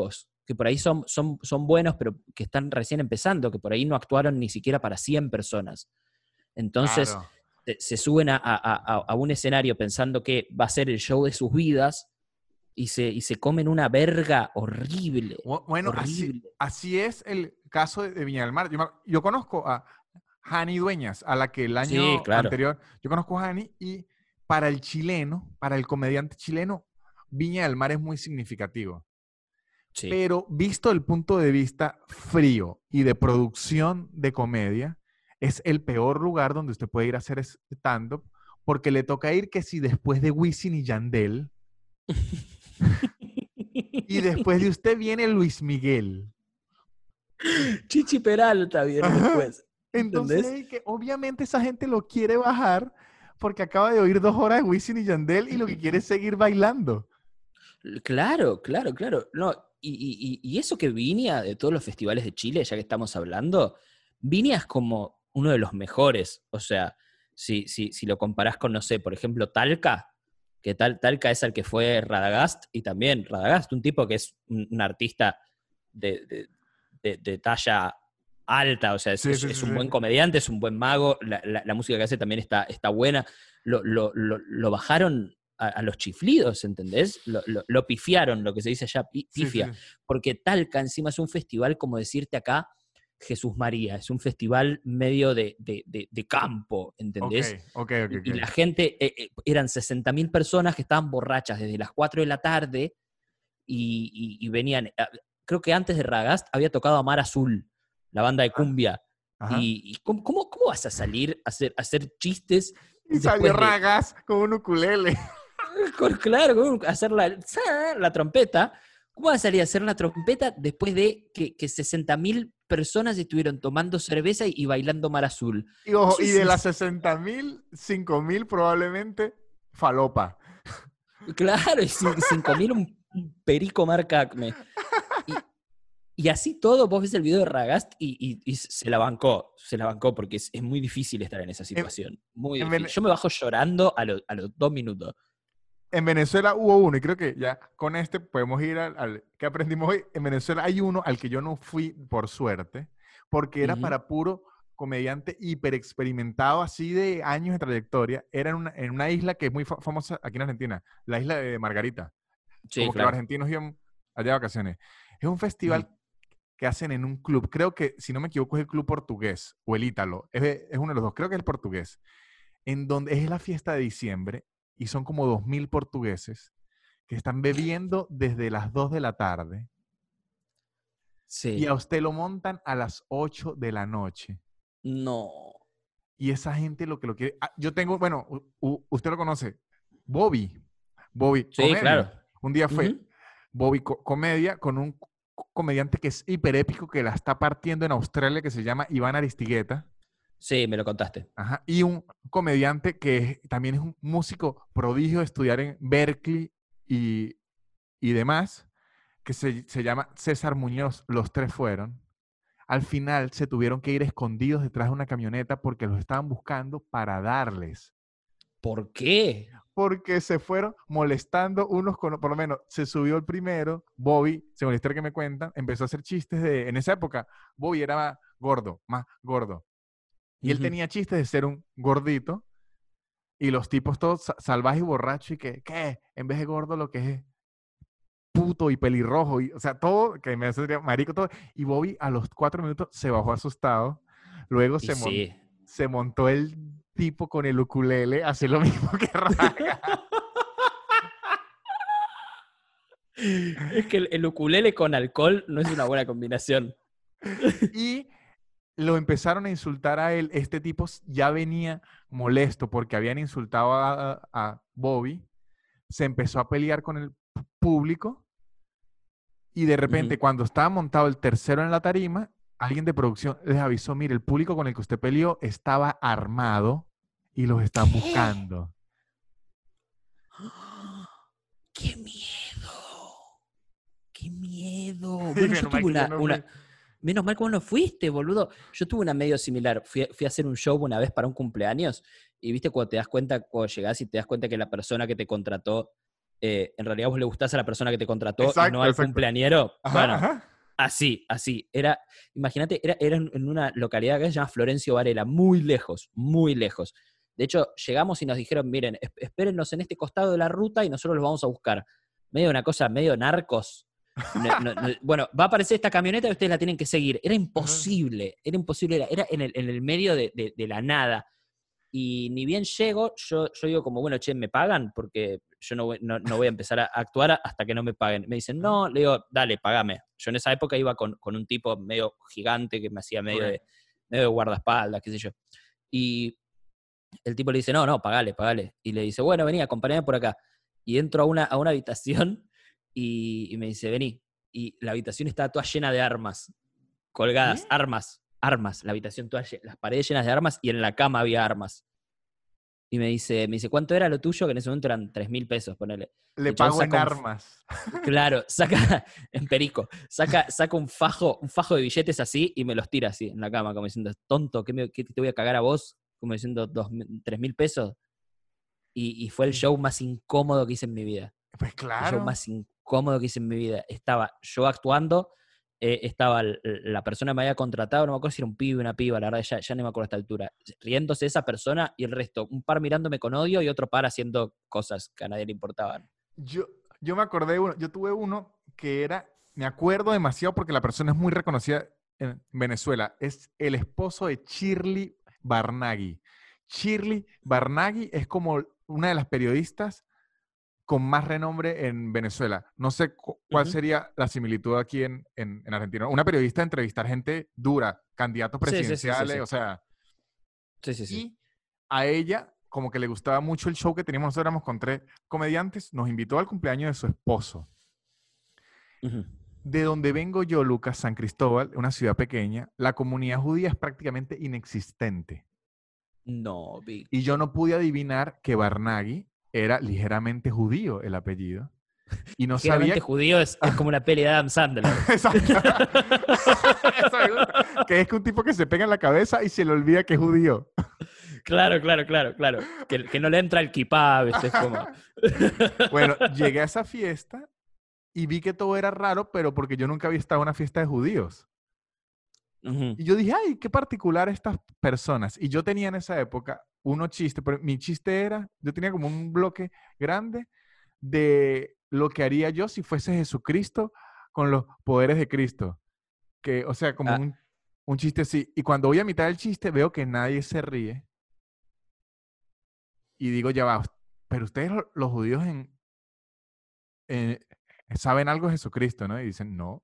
que por ahí son, son, son buenos, pero que están recién empezando, que por ahí no actuaron ni siquiera para cien personas. Entonces,
Claro.
se, se suben a, a, a, a un escenario pensando que va a ser el show de sus vidas y se, y se comen una verga horrible.
Bueno, así,
horrible.
así es el caso de Viña del Mar. Yo, me- yo conozco a Hani Dueñas, a la que el
Sí,
año
claro.
anterior, yo conozco a Hani y para el chileno, para el comediante chileno, Viña del Mar es muy significativo.
Sí.
Pero visto el punto de vista frío y de producción de comedia, es el peor lugar donde usted puede ir a hacer stand-up, porque le toca ir que si después de Wisin y Yandel, y después de usted viene Luis Miguel.
Chichi Peralta viene
Ajá.
después.
Entonces,
¿Entendés?
hay que obviamente esa gente lo quiere bajar porque acaba de oír dos horas de Wisin y Yandel y lo que quiere es seguir bailando.
Claro, claro, claro. No, y, y- y eso que Viña, de todos los festivales de Chile, ya que estamos hablando, Viña es como uno de los mejores. O sea, si, si, si lo comparás con, no sé, por ejemplo, Talca, que tal, Talca es el que fue Radagast, y también Radagast, un tipo que es un, un artista de, de- de- de talla alta, o sea, es,
Sí,
es-
sí, sí,
es un
sí.
buen comediante, es un buen mago, la, la- la música que hace también está, está buena. Lo, lo- lo- lo bajaron a, a los chiflidos, ¿entendés? Lo, lo- lo pifiaron, lo que se dice allá, pi-
Sí, sí,
pifia.
sí.
Porque Talca encima es un festival, como decirte acá, Jesús María, es un festival medio de, de- de- de campo,
Ok,
¿entendés?
ok, ok,
Y, y la
ok.
gente, eh, eh, eran sesenta mil personas que estaban borrachas desde las cuatro de la tarde y, y- y venían, eh, creo que antes de Ragast había tocado Amar Azul, la banda de
Ajá,
cumbia.
ajá.
¿Y, y cómo, cómo- cómo vas a salir a hacer, a hacer chistes
Y salió
después de,
Ragas con un ukulele.
con- claro, con hacer la, la trompeta? ¿Cómo vas a salir a hacer la trompeta después de que, que sesenta mil personas estuvieron tomando cerveza y, y bailando Mar Azul?
Y, ojo,
Eso
y
es,
de las
es-
sesenta mil, cinco mil probablemente falopa.
claro, y cinco mil un, un perico marca Acme. Y, y así todo, vos ves el video de Ragast y, y- y se la bancó, se la bancó porque es, es muy difícil estar en esa
En,
situación. Muy
en
difícil.
Vene-
Yo me bajo llorando a, lo- a los dos minutos.
en Venezuela hubo uno, y creo que ya con este podemos ir al, al que aprendimos hoy. En Venezuela hay uno al que yo no fui por suerte, porque era
Ujú.
para puro comediante hiper experimentado, así de años de trayectoria. Era en una, en una isla que es muy fa- famosa aquí en Argentina, la isla de Margarita.
Sí,
Como que los
claro.
argentinos iban allá de vacaciones. Es un
Ujú.
festival que hacen en un club. Creo que, si no me equivoco, es el club portugués o el ítalo. Es, es uno de los dos. Creo que es el portugués. En donde es la fiesta de diciembre y son como dos mil portugueses que están bebiendo desde las dos de la tarde y
Sí.
a usted lo montan a las ocho de la noche.
No.
Y esa gente lo que lo quiere... Ah, yo tengo, bueno, u- u- usted lo conoce, Bobby. Bobby,
Sí, claro.
comedia. Un día fue
Ujú.
Bobby co- comedia con un co- comediante que es hiper épico que la está partiendo en Australia que se llama Iván Aristigueta.
Sí, me lo contaste.
Ajá, y un comediante que es- también es un músico prodigio de estudiar en Berkeley y, y demás, que se, se llama César Muñoz. Los tres fueron. Al final se tuvieron que ir escondidos detrás de una camioneta porque los estaban buscando para darles.
¿Por qué?
Porque se fueron molestando unos con, por lo menos se subió el primero, Bobby, según la historia que me cuentan, empezó a hacer chistes de, en esa época, Bobby era más gordo, más gordo. Y él
Ujú.
tenía chistes de ser un gordito y los tipos todos sa- salvajes y borrachos y que, ¿qué? En vez de gordo lo que es puto y pelirrojo, y, o sea, todo, que me hace marico, todo. Y Bobby a los cuatro minutos se bajó asustado, luego
Y
se, mon-
sí.
se montó el tipo con el ukulele, hace lo mismo que Raga.
Es que el, el ukulele con alcohol no es una buena combinación.
Y lo empezaron a insultar a él. Este tipo s- ya venía molesto porque habían insultado a, a- a Bobby. Se empezó a pelear con el pu- público y de repente
Ujú.
cuando estaba montado el tercero en la tarima, alguien de producción les avisó, mire, el público con el que usted peleó estaba armado y los están
¿Qué?
buscando.
¡Qué miedo! ¡Qué miedo!
Y
Bueno, yo
menos mal
tuve
que yo
una,
no fui.
una... Menos mal que vos no fuiste, boludo. Yo tuve una medio similar. Fui, fui a hacer un show una vez para un cumpleaños y viste cuando te das cuenta, cuando llegás y te das cuenta que la persona que te contrató eh, en realidad vos le gustás a la persona que te contrató
Exacto,
y no al
exacto.
cumpleañero.
Ajá,
Bueno,
ajá.
así, así. Era, imagínate, era, era en una localidad que se llama Florencio Varela, muy lejos, muy lejos. De hecho, llegamos y nos dijeron, miren, es- espérennos en este costado de la ruta y nosotros los vamos a buscar. Medio una cosa, medio narcos. No- no- no- bueno, va a aparecer esta camioneta y ustedes la tienen que seguir. Era
Ajá.
imposible, era imposible, era, era en, el, en el medio de, de- de la nada. Y ni bien llego, yo, yo digo como, bueno, che, ¿me pagan? Porque yo no voy, no, no voy a empezar a actuar hasta que no me paguen. Me dicen,
Ajá.
no, le digo, dale, pagame. Yo en esa época iba con, con un tipo medio gigante que me hacía medio
Ok.
de, medio de guardaespaldas, qué sé yo. Y el tipo le dice, no, no, pagale, pagale. Y le dice, bueno, vení, acompáñame por acá. Y entro a una, a una habitación y, y me dice, vení. Y la habitación estaba toda llena de armas,
¿Qué?
colgadas, armas, armas. La habitación toda, lle- las paredes llenas de armas y en la cama había armas. Y me dice, me dice, ¿cuánto era lo tuyo? Que en ese momento eran tres mil pesos, ponele. Y
Le
el chabón
pago en
saca un, f-
armas.
claro, saca, en perico, saca, saca un fajo, un fajo de billetes así y me los tira así en la cama, como diciendo, tonto, ¿qué, me- qué te voy a cagar a vos? Como diciendo, dos, mil- tres mil pesos. Y, y fue el show más incómodo que hice en mi vida.
Pues
El show
claro.
más incómodo que hice en mi vida. Estaba yo actuando, eh, estaba l- la persona que me había contratado, no me acuerdo si era un pibe o una piba, la verdad ya, ya no me acuerdo a esta altura, riéndose esa persona y el resto, un par mirándome con odio y otro par haciendo cosas que a nadie le importaban.
Yo, yo me acordé de uno, yo tuve uno que era, me acuerdo demasiado porque la persona es muy reconocida en Venezuela, es el esposo de Shirley Barnaghi. Shirley Barnaghi es como una de las periodistas con más renombre en Venezuela. No sé cu- cuál
Ujú.
sería la similitud aquí en, en, en Argentina. Una periodista de entrevistar gente dura, candidatos
Sí, sí, sí, sí,
presidenciales,
sí.
o sea,
Sí, sí, sí.
y a ella como que le gustaba mucho el show que teníamos, nosotros éramos con tres comediantes, nos invitó al cumpleaños de su esposo.
Ujú.
De donde vengo yo, Lucas, San Cristóbal, una ciudad pequeña, la comunidad judía es prácticamente inexistente.
No,
Y yo
Víctor.
no pude adivinar que Barnaghi era ligeramente judío el apellido. Y no
Ligeramente
sabía...
judío es, es como una peli de Adam Sandler.
Exacto. Eso me gusta. Que es que un tipo que se pega en la cabeza y se le olvida que es judío.
Claro, claro, claro, claro. Que, que no le entra el kipá, ¿viste? Es como...
Bueno, llegué a esa fiesta y vi que todo era raro, pero porque yo nunca había estado en una fiesta de judíos.
Ujú.
Y yo dije, ay, qué particular estas personas. Y yo tenía en esa época unos chistes, pero mi chiste era, yo tenía como un bloque grande de lo que haría yo si fuese Jesucristo con los poderes de Cristo. Que, o sea, como
Ah,
un, un chiste así. Y cuando voy a mitad del chiste veo que nadie se ríe. Y digo, ya va, pero ustedes lo- los judíos en, en- saben algo de Jesucristo, ¿no? Y dicen, no.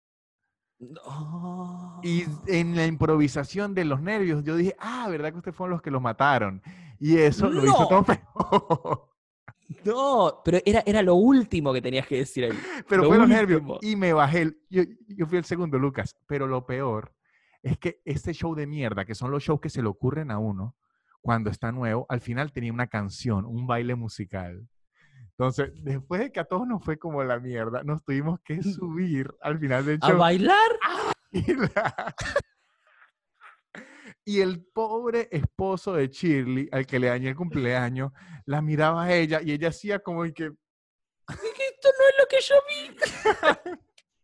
Y en la
no.
improvisación de los nervios, yo dije, ah, ¿verdad que ustedes fueron los que los mataron? Y eso lo hizo todo
No,
peor.
no, pero era, era lo último que tenías que decir ahí.
Pero
Lo
fue los nervios.
último.
Y me bajé. el- yo, yo fui el segundo, Lucas. Pero lo peor es que este show de mierda, que son los shows que se le ocurren a uno cuando está nuevo, al final tenía una canción, un baile musical. Entonces, después de que a todos nos fue como la mierda, nos tuvimos que subir al final del
¿A
show.
bailar?
Y, la- y el pobre esposo de Shirley, al que le dañé el cumpleaños, la miraba a ella y ella hacía como y que...
Esto no es lo que yo vi.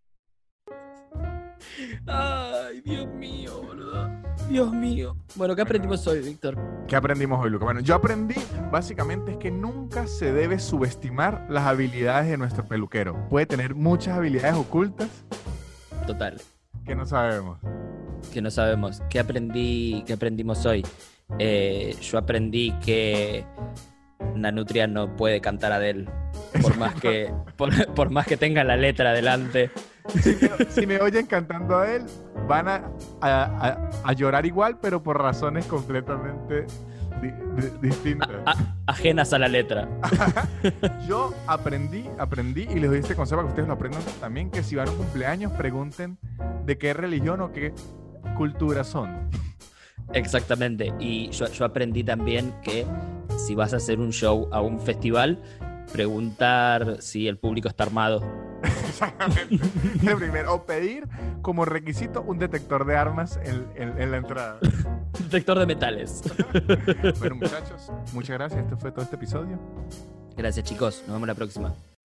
Ay, Dios mío, boludo. Dios mío. Bueno, ¿qué aprendimos hoy, Víctor?
¿Qué aprendimos hoy, Luca? Bueno, yo aprendí básicamente es que nunca se debe subestimar las habilidades de nuestro peluquero. Puede tener muchas habilidades ocultas
Total,
que no sabemos.
que no sabemos. ¿Qué aprendí, qué aprendimos hoy? Eh, yo aprendí que Nanutria no puede cantar Adele. Por más que, por, por más que tenga la letra delante.
Si me, si me oyen cantando a él, van a, a, a, a llorar igual, pero por razones completamente di, di, distintas.
A, a, ajenas a la letra.
Yo aprendí, aprendí y les doy este consejo para que ustedes lo aprendan también, que si van a un cumpleaños, pregunten de qué religión o qué cultura son.
Exactamente. Y yo, yo aprendí también que si vas a hacer un show a un festival, preguntar si el público está armado.
Exactamente. El primero, o pedir como requisito un detector de armas en, en, en la entrada.
Detector de metales.
Bueno, muchachos, muchas gracias. Este fue todo este episodio.
Gracias, chicos. Nos vemos la próxima.